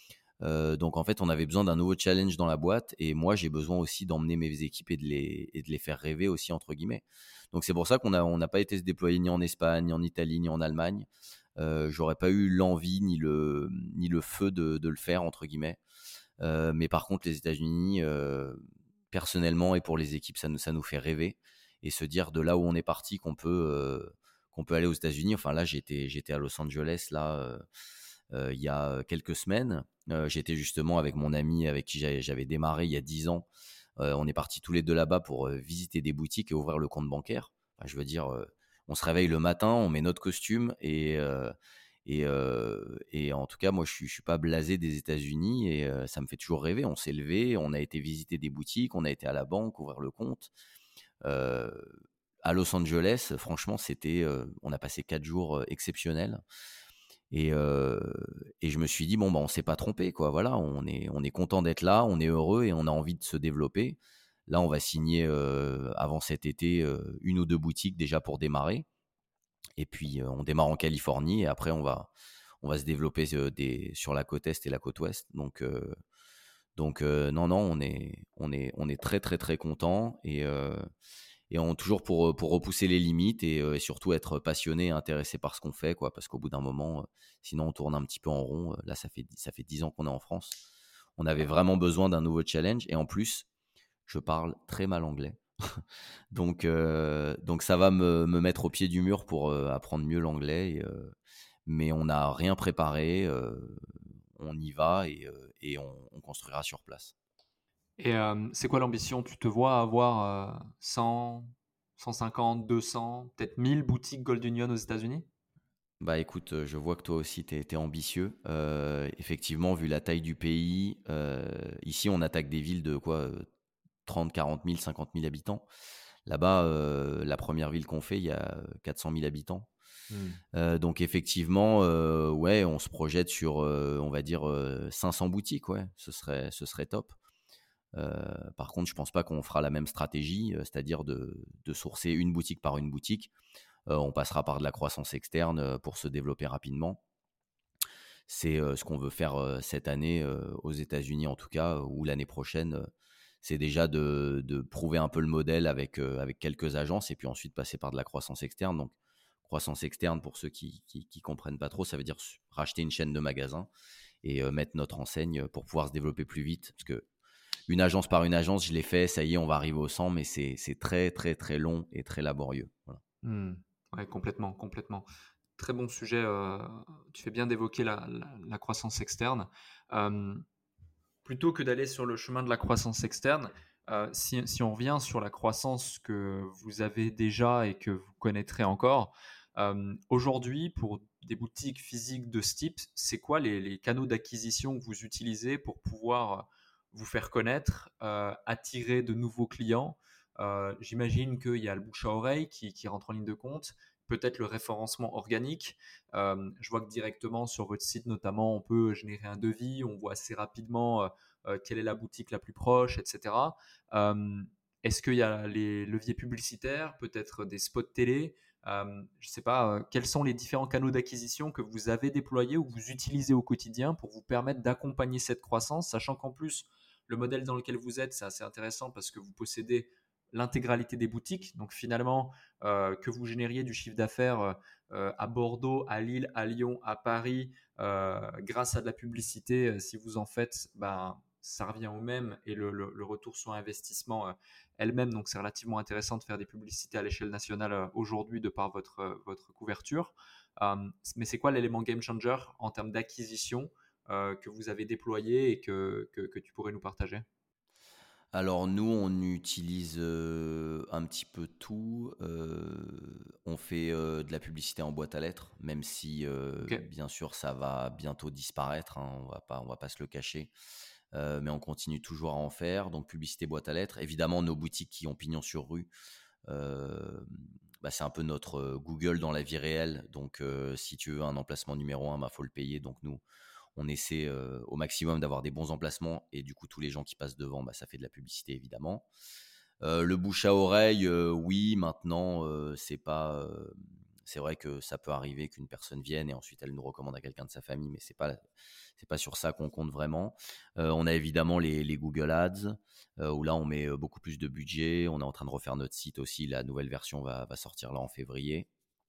Euh, donc en fait, on avait besoin d'un nouveau challenge dans la boîte. Et moi, j'ai besoin aussi d'emmener mes équipes et de les, et de les faire rêver aussi, entre guillemets. Donc c'est pour ça qu'on a, on n'a pas été se déployer ni en Espagne, ni en Italie, ni en Allemagne. Euh, j'aurais pas eu l'envie ni le, ni le feu de, de le faire, entre guillemets. Euh, mais par contre, les États-Unis, euh, personnellement et pour les équipes, ça nous, ça nous fait rêver et se dire de là où on est parti qu'on peut, euh, qu'on peut aller aux États-Unis. Enfin là, j'étais, j'étais à Los Angeles là euh, euh, il y a quelques semaines. Euh, j'étais justement avec mon ami avec qui j'avais, j'avais démarré il y a dix ans. Euh, on est partis tous les deux là-bas pour euh, visiter des boutiques et ouvrir le compte bancaire. Enfin, je veux dire, euh, on se réveille le matin, on met notre costume et euh, et, euh, et en tout cas, moi, je suis, je suis pas blasé des États-Unis et euh, ça me fait toujours rêver. On s'est levé, on a été visiter des boutiques, on a été à la banque ouvrir le compte. Euh, à Los Angeles, franchement, c'était, euh, on a passé quatre jours euh, exceptionnels. Et, euh, et je me suis dit bon bah on s'est pas trompé, quoi. Voilà, on est on est content d'être là, on est heureux et on a envie de se développer. Là, on va signer euh, avant cet été euh, une ou deux boutiques déjà pour démarrer. Et puis, euh, on démarre en Californie et après, on va, on va se développer euh, des, sur la côte est et la côte ouest. Donc, euh, donc euh, non, non, on est, on est, on est très, très, très content et, euh, et on toujours pour, pour repousser les limites et, euh, et surtout être passionné et intéressé par ce qu'on fait, quoi. Parce qu'au bout d'un moment, euh, sinon, on tourne un petit peu en rond. Là, ça fait, ça fait dix ans qu'on est en France. On avait vraiment besoin d'un nouveau challenge et en plus, je parle très mal anglais. donc, euh, donc ça va me, me mettre au pied du mur pour euh, apprendre mieux l'anglais. Et, euh, mais on n'a rien préparé. Euh, on y va et, euh, et on, on construira sur place. Et euh, c'est quoi l'ambition? Tu te vois avoir euh, cent, cent cinquante, deux cents, peut-être mille boutiques Gold Union aux États-Unis? Bah écoute, euh, je vois que toi aussi t'es, t'es ambitieux. Euh, effectivement, vu la taille du pays, euh, ici on attaque des villes de quoi, euh, trente, quarante mille, cinquante mille habitants. Là-bas, euh, la première ville qu'on fait, il y a quatre cent mille habitants. Hmm. Euh, donc effectivement, euh, ouais, on se projette sur, euh, on va dire, euh, cinq cents boutiques, ouais, ce serait, ce serait top. Euh, par contre, je pense pas qu'on fera la même stratégie, euh, c'est-à-dire de, de sourcer une boutique par une boutique. Euh, on passera par de la croissance externe euh, pour se développer rapidement. C'est euh, ce qu'on veut faire euh, cette année euh, aux États-Unis en tout cas, euh, ou l'année prochaine. Euh, c'est déjà de, de prouver un peu le modèle avec, euh, avec quelques agences et puis ensuite passer par de la croissance externe. Donc, croissance externe, pour ceux qui ne comprennent pas trop, ça veut dire racheter une chaîne de magasins et euh, mettre notre enseigne pour pouvoir se développer plus vite. Parce que une agence par une agence, je l'ai fait, ça y est, on va arriver au cent, mais c'est, c'est très, très, très long et très laborieux. Voilà. Hmm. Ouais, complètement, complètement. Très bon sujet. euh, tu fais bien d'évoquer la, la- la croissance externe. Euh, Plutôt que d'aller sur le chemin de la croissance externe, euh, si, si on revient sur la croissance que vous avez déjà et que vous connaîtrez encore, euh, aujourd'hui, pour des boutiques physiques de ce type, c'est quoi les, les canaux d'acquisition que vous utilisez pour pouvoir vous faire connaître, euh, attirer de nouveaux clients? Euh, J'imagine qu'il y a le bouche à oreille qui, qui rentre en ligne de compte, peut-être le référencement organique. Euh, je vois que directement sur votre site, notamment, on peut générer un devis, on voit assez rapidement euh, euh, quelle est la boutique la plus proche, et cetera. Euh, Est-ce qu'il y a les leviers publicitaires, peut-être des spots télé? Euh, je ne sais pas, euh, quels sont les différents canaux d'acquisition que vous avez déployés ou que vous utilisez au quotidien pour vous permettre d'accompagner cette croissance, sachant qu'en plus, le modèle dans lequel vous êtes, c'est assez intéressant parce que vous possédez l'intégralité des boutiques. Donc finalement, euh, que vous génériez du chiffre d'affaires euh, à Bordeaux, à Lille, à Lyon, à Paris, euh, grâce à de la publicité, euh, si vous en faites, ben, ça revient au même et le, le, le retour sur investissement euh, elle-même. Donc c'est relativement intéressant de faire des publicités à l'échelle nationale euh, aujourd'hui de par votre, euh, votre couverture. Euh, mais c'est quoi l'élément game changer en termes d'acquisition euh, que vous avez déployé et que, que, que tu pourrais nous partager? Alors nous, on utilise euh, un petit peu tout. Euh, on fait euh, de la publicité en boîte à lettres, même si euh, Ok. bien sûr ça va bientôt disparaître. Hein, on va pas, on va pas se le cacher. Euh, mais on continue toujours à en faire. Donc publicité boîte à lettres. Évidemment, nos boutiques qui ont pignon sur rue, euh, bah, c'est un peu notre euh, Google dans la vie réelle. Donc euh, si tu veux un emplacement numéro un, bah, faut le payer. Donc nous, on essaie euh, au maximum d'avoir des bons emplacements et du coup tous les gens qui passent devant, bah, ça fait de la publicité évidemment. Euh, le bouche à oreille, euh, oui, maintenant euh, c'est pas, euh, c'est vrai que ça peut arriver qu'une personne vienne et ensuite elle nous recommande à quelqu'un de sa famille, mais c'est pas, c'est pas sur ça qu'on compte vraiment. Euh, on a évidemment les, les Google Ads euh, où là on met beaucoup plus de budget. On est en train de refaire notre site aussi. La nouvelle version va, va sortir là en février.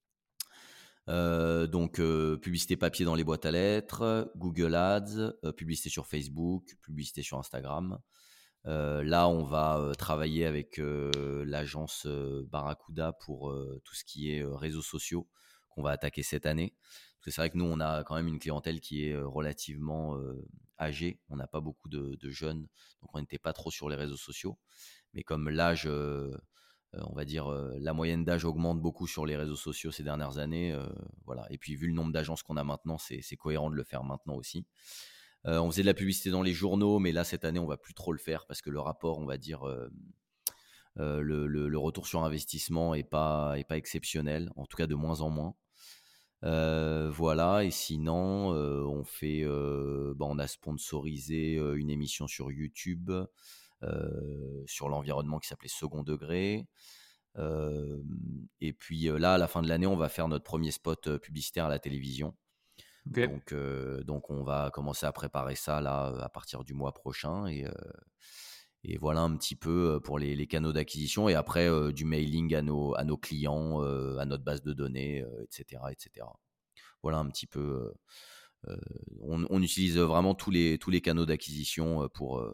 Euh, donc euh, publicité papier dans les boîtes à lettres, Google Ads, euh, publicité sur Facebook, publicité sur Instagram. Euh, là, on va euh, travailler avec euh, l'agence euh, Barracuda pour euh, tout ce qui est euh, réseaux sociaux qu'on va attaquer cette année. Parce que c'est vrai que nous, on a quand même une clientèle qui est euh, relativement euh, âgée. On n'a pas beaucoup de, de jeunes, donc on n'était pas trop sur les réseaux sociaux. Mais comme l'âge euh, euh, on va dire, euh, la moyenne d'âge augmente beaucoup sur les réseaux sociaux ces dernières années. Euh, voilà. Et puis, vu le nombre d'agences qu'on a maintenant, c'est, c'est cohérent de le faire maintenant aussi. Euh, on faisait de la publicité dans les journaux, mais là, cette année, on va plus trop le faire parce que le rapport, on va dire, euh, euh, le, le, le retour sur investissement est pas, est pas exceptionnel, en tout cas de moins en moins. Euh, voilà, et sinon, euh, on fait, euh, bah, on a sponsorisé euh, une émission sur YouTube euh, sur l'environnement qui s'appelait Second Degré. Euh, et puis euh, là, à la fin de l'année, on va faire notre premier spot euh, publicitaire à la télévision. Ok. Donc, euh, donc, on va commencer à préparer ça là à partir du mois prochain. Et, euh, et voilà un petit peu pour les, les canaux d'acquisition. Et après, euh, du mailing à nos, à nos clients, euh, à notre base de données, euh, et cetera, et cetera. Voilà un petit peu. Euh, on, on utilise vraiment tous les, tous les canaux d'acquisition pour, euh,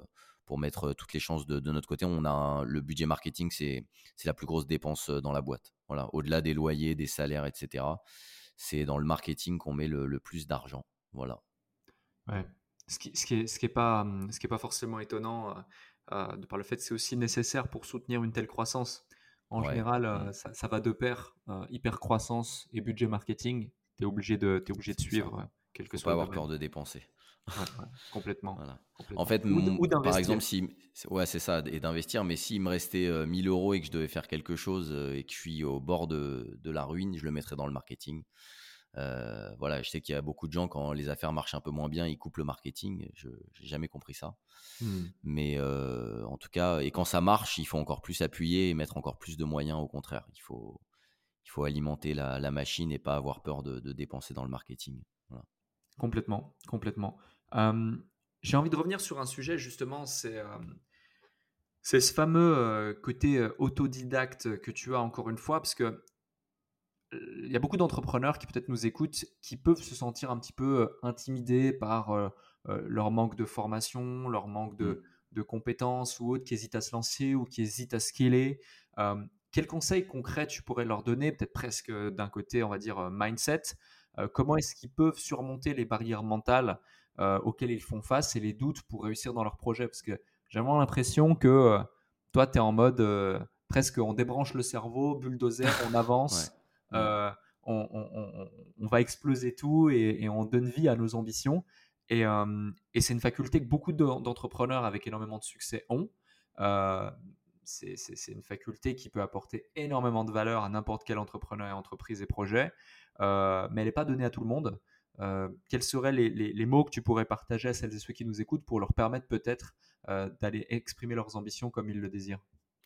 pour mettre toutes les chances de, de notre côté. On a un, le budget marketing, c'est, c'est la plus grosse dépense dans la boîte. Voilà, au-delà des loyers, des salaires, et cetera. C'est dans le marketing qu'on met le, le plus d'argent. Voilà. Ouais. Ce qui, ce qui est, ce qui est pas, hum, ce qui est pas forcément étonnant, euh, euh, de par le fait que c'est aussi nécessaire pour soutenir une telle croissance. En Ouais. général, Mmh. euh, ça, ça va de pair, euh, hyper croissance et budget marketing. Tu es obligé de, t'es obligé de C'est ça. suivre, euh, quel que Faut soit pas le avoir peur domaine. de dépenser. Ouais, ouais, complètement, Voilà. En complètement. fait, Ou, d- mon- ou par d'investir. exemple, si, ouais, c'est ça, et d'investir, mais s'il me restait euh, mille euros et que je devais faire quelque chose euh, et que je suis au bord de, de la ruine, je le mettrais dans le marketing. Euh, voilà, je sais qu'il y a beaucoup de gens, quand les affaires marchent un peu moins bien, ils coupent le marketing. Je n'ai jamais compris ça. Hmm. Mais euh, en tout cas, et quand ça marche, il faut encore plus appuyer et mettre encore plus de moyens. Au contraire, il faut, il faut alimenter la, la machine et pas avoir peur de, de dépenser dans le marketing. Voilà. Complètement, complètement. Euh, j'ai envie de revenir sur un sujet justement, c'est euh, c'est ce fameux euh, côté euh, autodidacte que tu as encore une fois, parce que euh, il y a beaucoup d'entrepreneurs qui peut-être nous écoutent, qui peuvent se sentir un petit peu euh, intimidés par euh, euh, leur manque de formation, leur manque Mm. de, de compétences ou autres, qui hésitent à se lancer ou qui hésitent à scaler. Euh, quels conseils concrets tu pourrais leur donner, peut-être presque euh, d'un côté, on va dire, euh, mindset. Euh, comment est-ce qu'ils peuvent surmonter les barrières mentales euh, auxquelles ils font face et les doutes pour réussir dans leur projet? Parce que j'ai vraiment l'impression que euh, toi, tu es en mode euh, presque on débranche le cerveau, bulldozer, on Ouais. avance, Mm. euh, on, on- on- on va exploser tout et, et on donne vie à nos ambitions. Et, euh, et c'est une faculté que beaucoup de- d'entrepreneurs avec énormément de succès ont. Euh, c'est c'est- c'est une faculté qui peut apporter énormément de valeur à n'importe quel entrepreneur et entreprise et projet, euh, mais elle n'est pas donnée à tout le monde. Euh, quels seraient les, les- les mots que tu pourrais partager à celles et ceux qui nous écoutent pour leur permettre peut-être euh, d'aller exprimer leurs ambitions comme ils le désirent?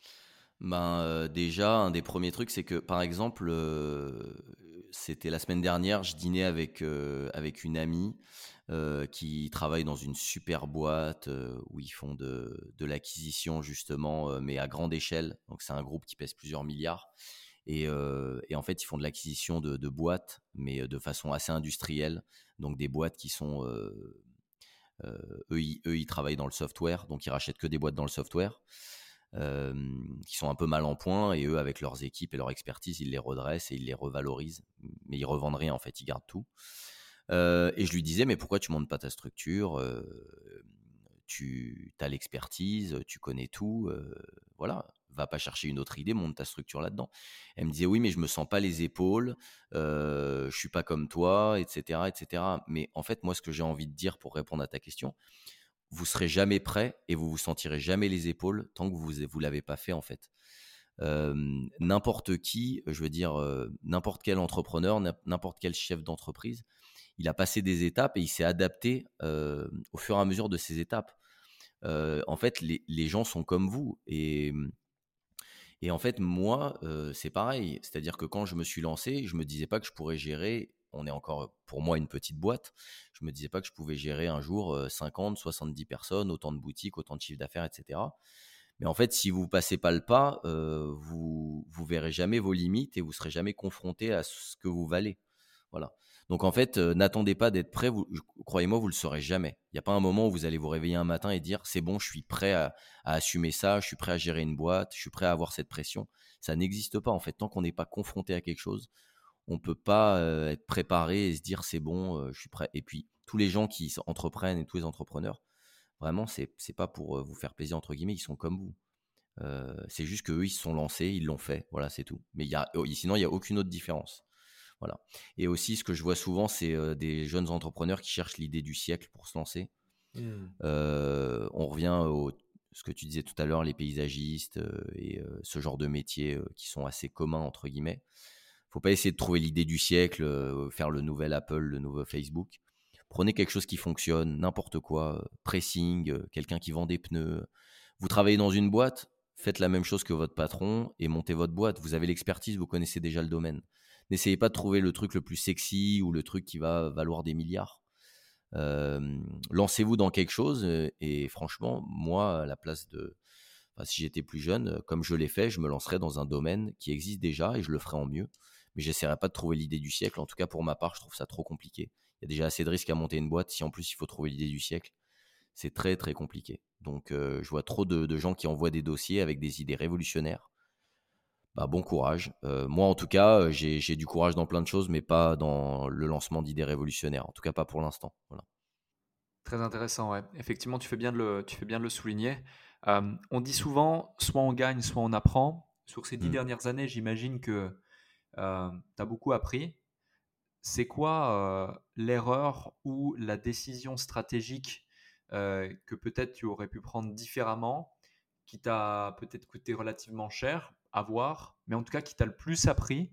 Ben, euh, déjà, un des premiers trucs, c'est que, par exemple, euh, c'était la semaine dernière, je dînais avec, euh, avec une amie euh, qui travaille dans une super boîte euh, où ils font de, de l'acquisition, justement, euh, mais à grande échelle. Donc, c'est un groupe qui pèse plusieurs milliards. Et, euh, et en fait, ils font de l'acquisition de, de boîtes, mais de façon assez industrielle. Donc, des boîtes qui sont... euh, euh, eux, ils, eux, ils travaillent dans le software, donc ils rachètent que des boîtes dans le software. Euh, qui sont un peu mal en point, et eux, avec leurs équipes et leur expertise, ils les redressent et ils les revalorisent, mais ils revendent rien en fait, ils gardent tout. Euh, et je lui disais, mais pourquoi tu montes pas ta structure? euh, Tu as l'expertise, tu connais tout, euh, voilà, va pas chercher une autre idée, monte ta structure là-dedans. Elle me disait, oui, mais je me sens pas les épaules, euh, je suis pas comme toi, et cetera, et cetera. Mais en fait, moi, ce que j'ai envie de dire pour répondre à ta question, vous serez jamais prêt et vous vous sentirez jamais les épaules tant que vous vous l'avez pas fait en fait. Euh, n'importe qui, je veux dire euh, n'importe quel entrepreneur, n'importe quel chef d'entreprise, il a passé des étapes et il s'est adapté euh, au fur et à mesure de ces étapes. Euh, en fait, les, les gens sont comme vous et et en fait, moi, euh, c'est pareil. C'est-à-dire que quand je me suis lancé, je me disais pas que je pourrais gérer. On est encore, pour moi, une petite boîte. Je me disais pas que je pouvais gérer un jour euh, cinquante, soixante-dix personnes, autant de boutiques, autant de chiffres d'affaires, et cetera. Mais en fait, si vous passez pas le pas, euh, vous vous verrez jamais vos limites et vous serez jamais confronté à ce que vous valez. Voilà. Donc en fait, euh, n'attendez pas d'être prêt. Vous, croyez-moi, vous le saurez jamais. Il n'y a pas un moment où vous allez vous réveiller un matin et dire c'est bon, je suis prêt à, à assumer ça, je suis prêt à gérer une boîte, je suis prêt à avoir cette pression. Ça n'existe pas en fait. Tant qu'on n'est pas confronté à quelque chose, on peut pas euh, être préparé et se dire c'est bon, euh, je suis prêt. Et puis tous les gens qui entreprennent et tous les entrepreneurs, vraiment, c'est c'est pas pour euh, vous faire plaisir entre guillemets. Ils sont comme vous. Euh, c'est juste qu'eux, ils se sont lancés, ils l'ont fait. Voilà, c'est tout. Mais il y a, sinon, il n'y a aucune autre différence. Voilà. Et aussi, ce que je vois souvent, c'est euh, des jeunes entrepreneurs qui cherchent l'idée du siècle pour se lancer. Hmm. Euh, on revient au ce que tu disais tout à l'heure, les paysagistes euh, et euh, ce genre de métiers euh, qui sont assez communs, entre guillemets. Faut pas essayer de trouver l'idée du siècle, euh, faire le nouvel Apple, le nouveau Facebook. Prenez quelque chose qui fonctionne, n'importe quoi, euh, pressing, euh, quelqu'un qui vend des pneus. Vous travaillez dans une boîte, faites la même chose que votre patron et montez votre boîte. Vous avez l'expertise, vous connaissez déjà le domaine. N'essayez pas de trouver le truc le plus sexy ou le truc qui va valoir des milliards. Euh, lancez-vous dans quelque chose et, et franchement, moi, à la place de... Enfin, si j'étais plus jeune, comme je l'ai fait, je me lancerais dans un domaine qui existe déjà et je le ferais en mieux. Mais j'essaierais pas de trouver l'idée du siècle. En tout cas, pour ma part, je trouve ça trop compliqué. Il y a déjà assez de risques à monter une boîte. Si en plus, il faut trouver l'idée du siècle, c'est très, très compliqué. Donc, euh, je vois trop de, de gens qui envoient des dossiers avec des idées révolutionnaires. Bah, bon courage. Euh, moi, en tout cas, euh, j'ai, j'ai du courage dans plein de choses, mais pas dans le lancement d'idées révolutionnaires. En tout cas, pas pour l'instant. Voilà. Très intéressant, ouais. Effectivement, tu fais bien de le, tu fais bien de le souligner. Euh, on dit souvent, soit on gagne, soit on apprend. Sur ces dix Hmm. dernières années, j'imagine que tu as beaucoup appris. C'est quoi euh, l'erreur ou la décision stratégique euh, que peut-être tu aurais pu prendre différemment, qui t'a peut-être coûté relativement cher à voir, mais en tout cas qui t'a le plus appris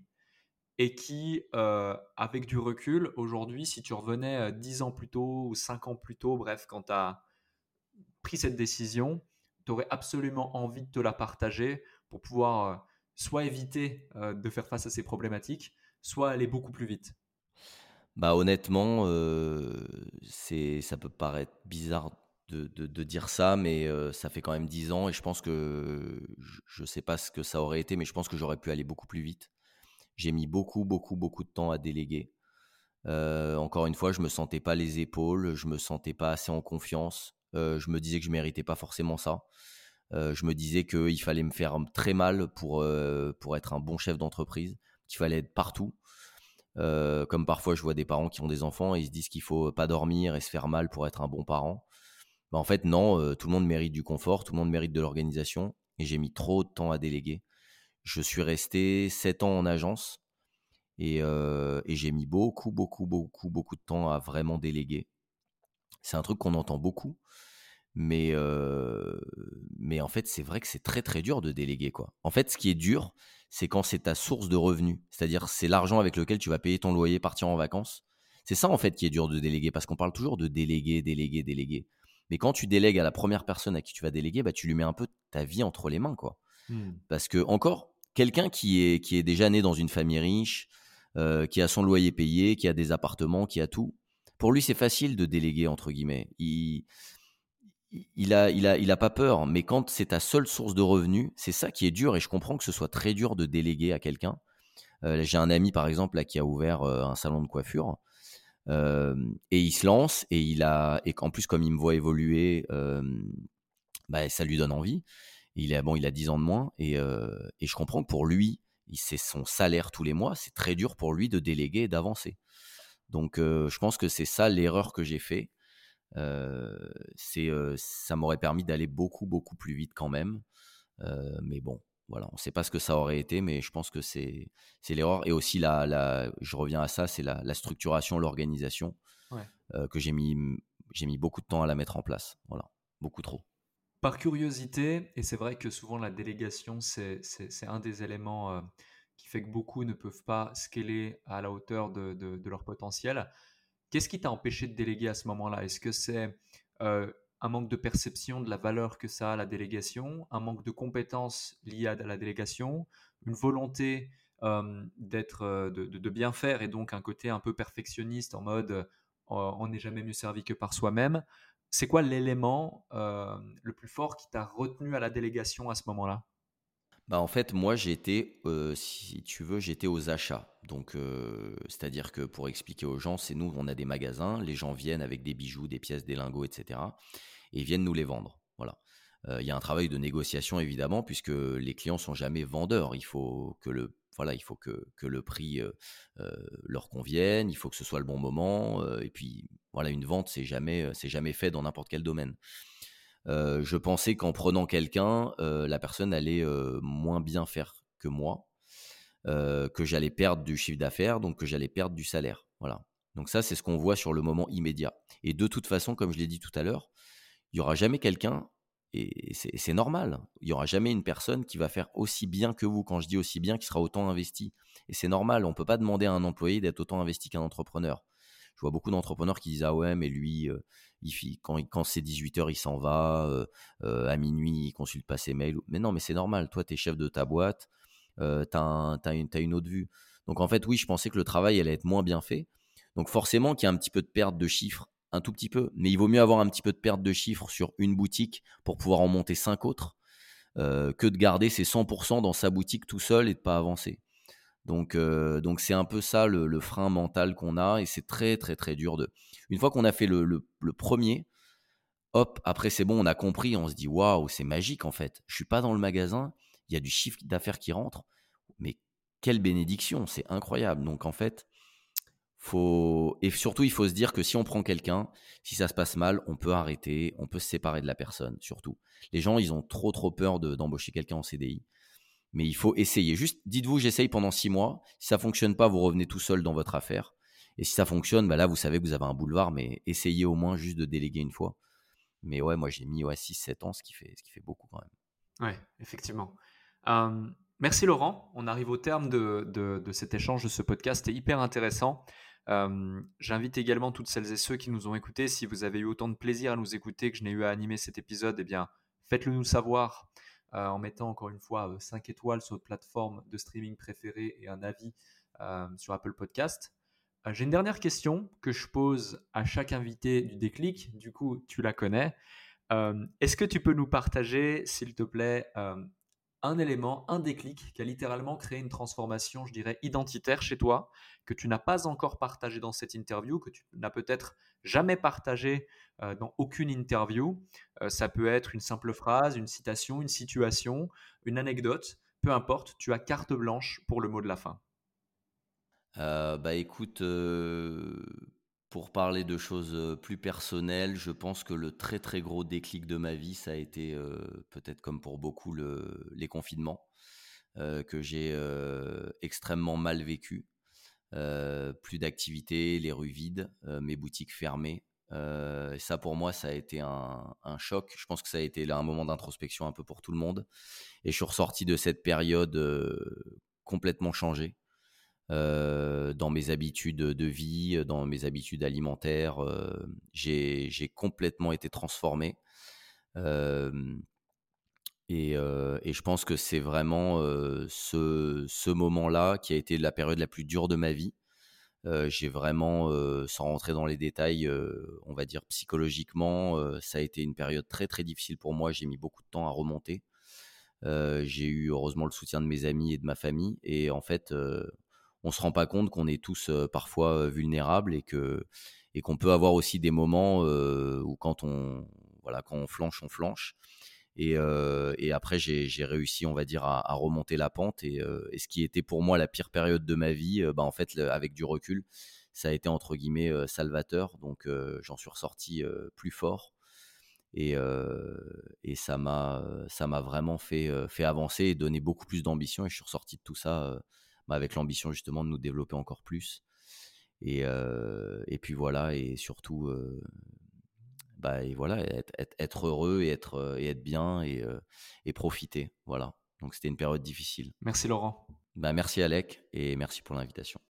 et qui, euh, avec du recul, aujourd'hui, si tu revenais euh, dix ans plus tôt ou cinq ans plus tôt, bref, quand tu as pris cette décision, tu aurais absolument envie de te la partager pour pouvoir euh, soit éviter euh, de faire face à ces problématiques, soit aller beaucoup plus vite. Bah, honnêtement, euh, c'est, ça peut paraître bizarre de, de- de dire ça, mais euh, ça fait quand même dix ans et je pense que je ne sais pas ce que ça aurait été, mais je pense que j'aurais pu aller beaucoup plus vite. J'ai mis beaucoup, beaucoup, beaucoup de temps à déléguer. Euh, encore une fois, je me sentais pas les épaules, je me sentais pas assez en confiance. Euh, je me disais que je méritais pas forcément ça. Euh, je me disais qu'il fallait me faire très mal pour, euh, pour être un bon chef d'entreprise, qu'il fallait être partout. Euh, comme parfois je vois des parents qui ont des enfants et ils se disent qu'il faut pas dormir et se faire mal pour être un bon parent. Bah, en fait, non, euh, tout le monde mérite du confort, tout le monde mérite de l'organisation et j'ai mis trop de temps à déléguer. Je suis resté sept ans en agence et, euh, et j'ai mis beaucoup, beaucoup, beaucoup, beaucoup de temps à vraiment déléguer. C'est un truc qu'on entend beaucoup, mais, euh, mais en fait, c'est vrai que c'est très, très dur de déléguer, quoi. En fait, ce qui est dur, c'est quand c'est ta source de revenus. C'est-à-dire, c'est l'argent avec lequel tu vas payer ton loyer, partir en vacances. C'est ça, en fait, qui est dur de déléguer, parce qu'on parle toujours de déléguer, déléguer, déléguer. Mais quand tu délègues à la première personne à qui tu vas déléguer, bah, tu lui mets un peu ta vie entre les mains, quoi. Hmm. Parce que, encore, quelqu'un qui est, qui est déjà né dans une famille riche, euh, qui a son loyer payé, qui a des appartements, qui a tout, pour lui, c'est facile de déléguer, entre guillemets. Il il a, il a, il a pas peur, mais quand c'est ta seule source de revenus, c'est ça qui est dur et je comprends que ce soit très dur de déléguer à quelqu'un. Euh, j'ai un ami par exemple là qui a ouvert euh, un salon de coiffure euh, et il se lance et il a et qu'en plus comme il me voit évoluer, euh, bah, ça lui donne envie. Il a bon, il a dix ans de moins et, euh, et je comprends que pour lui, il- c'est son salaire tous les mois, c'est très dur pour lui de déléguer et d'avancer. Donc euh, je pense que c'est ça l'erreur que j'ai fait. Euh, c'est, euh, ça m'aurait permis d'aller beaucoup, beaucoup plus vite quand même. Euh, mais bon, voilà, on ne sait pas ce que ça aurait été, mais je pense que c'est, c'est l'erreur. Et aussi, la, la, je reviens à ça, c'est la, la structuration, l'organisation Ouais. euh, que j'ai mis, j'ai mis beaucoup de temps à la mettre en place. Voilà, beaucoup trop. Par curiosité, et c'est vrai que souvent la délégation, c'est c'est- c'est un des éléments euh, qui fait que beaucoup ne peuvent pas scaler à la hauteur de, de- de leur potentiel. Qu'est-ce qui t'a empêché de déléguer à ce moment-là? Est-ce que c'est euh, un manque de perception de la valeur que ça a la délégation, un manque de compétences liées à la délégation, une volonté euh, d'être, euh, de, de- de bien faire et donc un côté un peu perfectionniste en mode euh, on n'est jamais mieux servi que par soi-même? C'est quoi l'élément euh, le plus fort qui t'a retenu à la délégation à ce moment-là? Bah en fait, moi j'étais, euh, si tu veux, j'étais aux achats. Donc, euh, c'est-à-dire que pour expliquer aux gens, c'est nous, on a des magasins, les gens viennent avec des bijoux, des pièces, des lingots, et cetera. Et ils viennent nous les vendre. Voilà. Euh, Il y a un travail de négociation évidemment, puisque les clients sont jamais vendeurs. Il faut que le voilà, il faut que, que le prix euh, euh, leur convienne, il faut que ce soit le bon moment. Euh, et puis voilà, une vente, c'est jamais, c'est jamais fait dans n'importe quel domaine. Euh, je pensais qu'en prenant quelqu'un, euh, la personne allait euh, moins bien faire que moi, euh, que j'allais perdre du chiffre d'affaires, donc que j'allais perdre du salaire. Voilà. Donc ça, c'est ce qu'on voit sur le moment immédiat. Et de toute façon, comme je l'ai dit tout à l'heure, il n'y aura jamais quelqu'un, et c'est, c'est normal, il n'y aura jamais une personne qui va faire aussi bien que vous. Quand je dis aussi bien, qui sera autant investi. Et c'est normal, on ne peut pas demander à un employé d'être autant investi qu'un entrepreneur. Je vois beaucoup d'entrepreneurs qui disent ah ouais, mais lui, euh, il, quand, quand c'est dix-huit heures, il s'en va, euh, euh, à minuit, il consulte pas ses mails. Mais non, mais c'est normal, toi, tu es chef de ta boîte, euh, tu as une, t'as une autre vue. Donc en fait, oui, je pensais que le travail allait être moins bien fait. Donc forcément qu'il y a un petit peu de perte de chiffres, un tout petit peu, mais il vaut mieux avoir un petit peu de perte de chiffres sur une boutique pour pouvoir en monter cinq autres euh, que de garder ses cent pour cent dans sa boutique tout seul et de pas avancer. Donc, euh, donc c'est un peu ça le, le frein mental qu'on a et c'est très très très dur de. Une fois qu'on a fait le, le, le premier, hop, après c'est bon, on a compris, on se dit waouh, c'est magique en fait. Je suis pas dans le magasin, il y a du chiffre d'affaires qui rentre, mais quelle bénédiction, c'est incroyable. Donc en fait, faut et surtout il faut se dire que si on prend quelqu'un, si ça se passe mal, on peut arrêter, on peut se séparer de la personne. Surtout, les gens ils ont trop trop peur de, d'embaucher quelqu'un en C D I, mais il faut essayer. Juste dites-vous, j'essaye pendant six mois. Si ça fonctionne pas, vous revenez tout seul dans votre affaire. Et si ça fonctionne, bah là vous savez que vous avez un boulevard, mais essayez au moins juste de déléguer une fois. Mais ouais, moi j'ai mis ouais, six sept ans, ce qui fait, ce qui fait beaucoup quand même. Oui, effectivement. Euh, merci Laurent. On arrive au terme de, de, de cet échange, de ce podcast. C'était hyper intéressant. Euh, j'invite également toutes celles et ceux qui nous ont écoutés. Si vous avez eu autant de plaisir à nous écouter que je n'ai eu à animer cet épisode, eh bien, faites-le nous savoir euh, en mettant encore une fois cinq étoiles sur votre plateforme de streaming préférée et un avis euh, sur Apple Podcast. Euh, j'ai une dernière question que je pose à chaque invité du Déclic. Du coup, tu la connais. Euh, est-ce que tu peux nous partager, s'il te plaît, euh, un élément, un déclic qui a littéralement créé une transformation, je dirais, identitaire chez toi, que tu n'as pas encore partagé dans cette interview, que tu n'as peut-être jamais partagé euh, dans aucune interview. Euh, ça peut être une simple phrase, une citation, une situation, une anecdote, peu importe, tu as carte blanche pour le mot de la fin. Euh, bah écoute, euh, pour parler de choses euh, plus personnelles, je pense que le très très gros déclic de ma vie, ça a été euh, peut-être comme pour beaucoup le, les confinements euh, que j'ai euh, extrêmement mal vécu. Euh, plus d'activité, les rues vides, euh, mes boutiques fermées. Euh, et ça pour moi, ça a été un, un choc. Je pense que ça a été là un moment d'introspection un peu pour tout le monde. Et je suis ressorti de cette période euh, complètement changé. Euh, dans mes habitudes de vie, dans mes habitudes alimentaires. Euh, j'ai, j'ai complètement été transformé. Euh, et, euh, et je pense que c'est vraiment euh, ce, ce moment-là qui a été la période la plus dure de ma vie. Euh, j'ai vraiment, euh, sans rentrer dans les détails, euh, on va dire psychologiquement, euh, ça a été une période très très difficile pour moi. J'ai mis beaucoup de temps à remonter. Euh, j'ai eu heureusement le soutien de mes amis et de ma famille. Et en fait, euh, on se rend pas compte qu'on est tous euh, parfois euh, vulnérables et que et qu'on peut avoir aussi des moments euh, où quand on voilà quand on flanche, on flanche. Et, euh, et après, j'ai, j'ai réussi, on va dire, à, à remonter la pente. Et, euh, et ce qui était pour moi la pire période de ma vie, euh, bah, en fait, le, avec du recul, ça a été entre guillemets euh, salvateur. Donc, euh, j'en suis ressorti euh, plus fort. Et, euh, et ça m'a, ça m'a vraiment fait, euh, fait avancer et donner beaucoup plus d'ambition. Et je suis ressorti de tout ça euh, bah, avec l'ambition justement de nous développer encore plus. Et, euh, et puis voilà, et surtout, euh, bah, et voilà, être, être, être heureux et être, et être bien et, euh, et profiter. Voilà. Donc c'était une période difficile. Merci Laurent. Bah, merci Alec et merci pour l'invitation.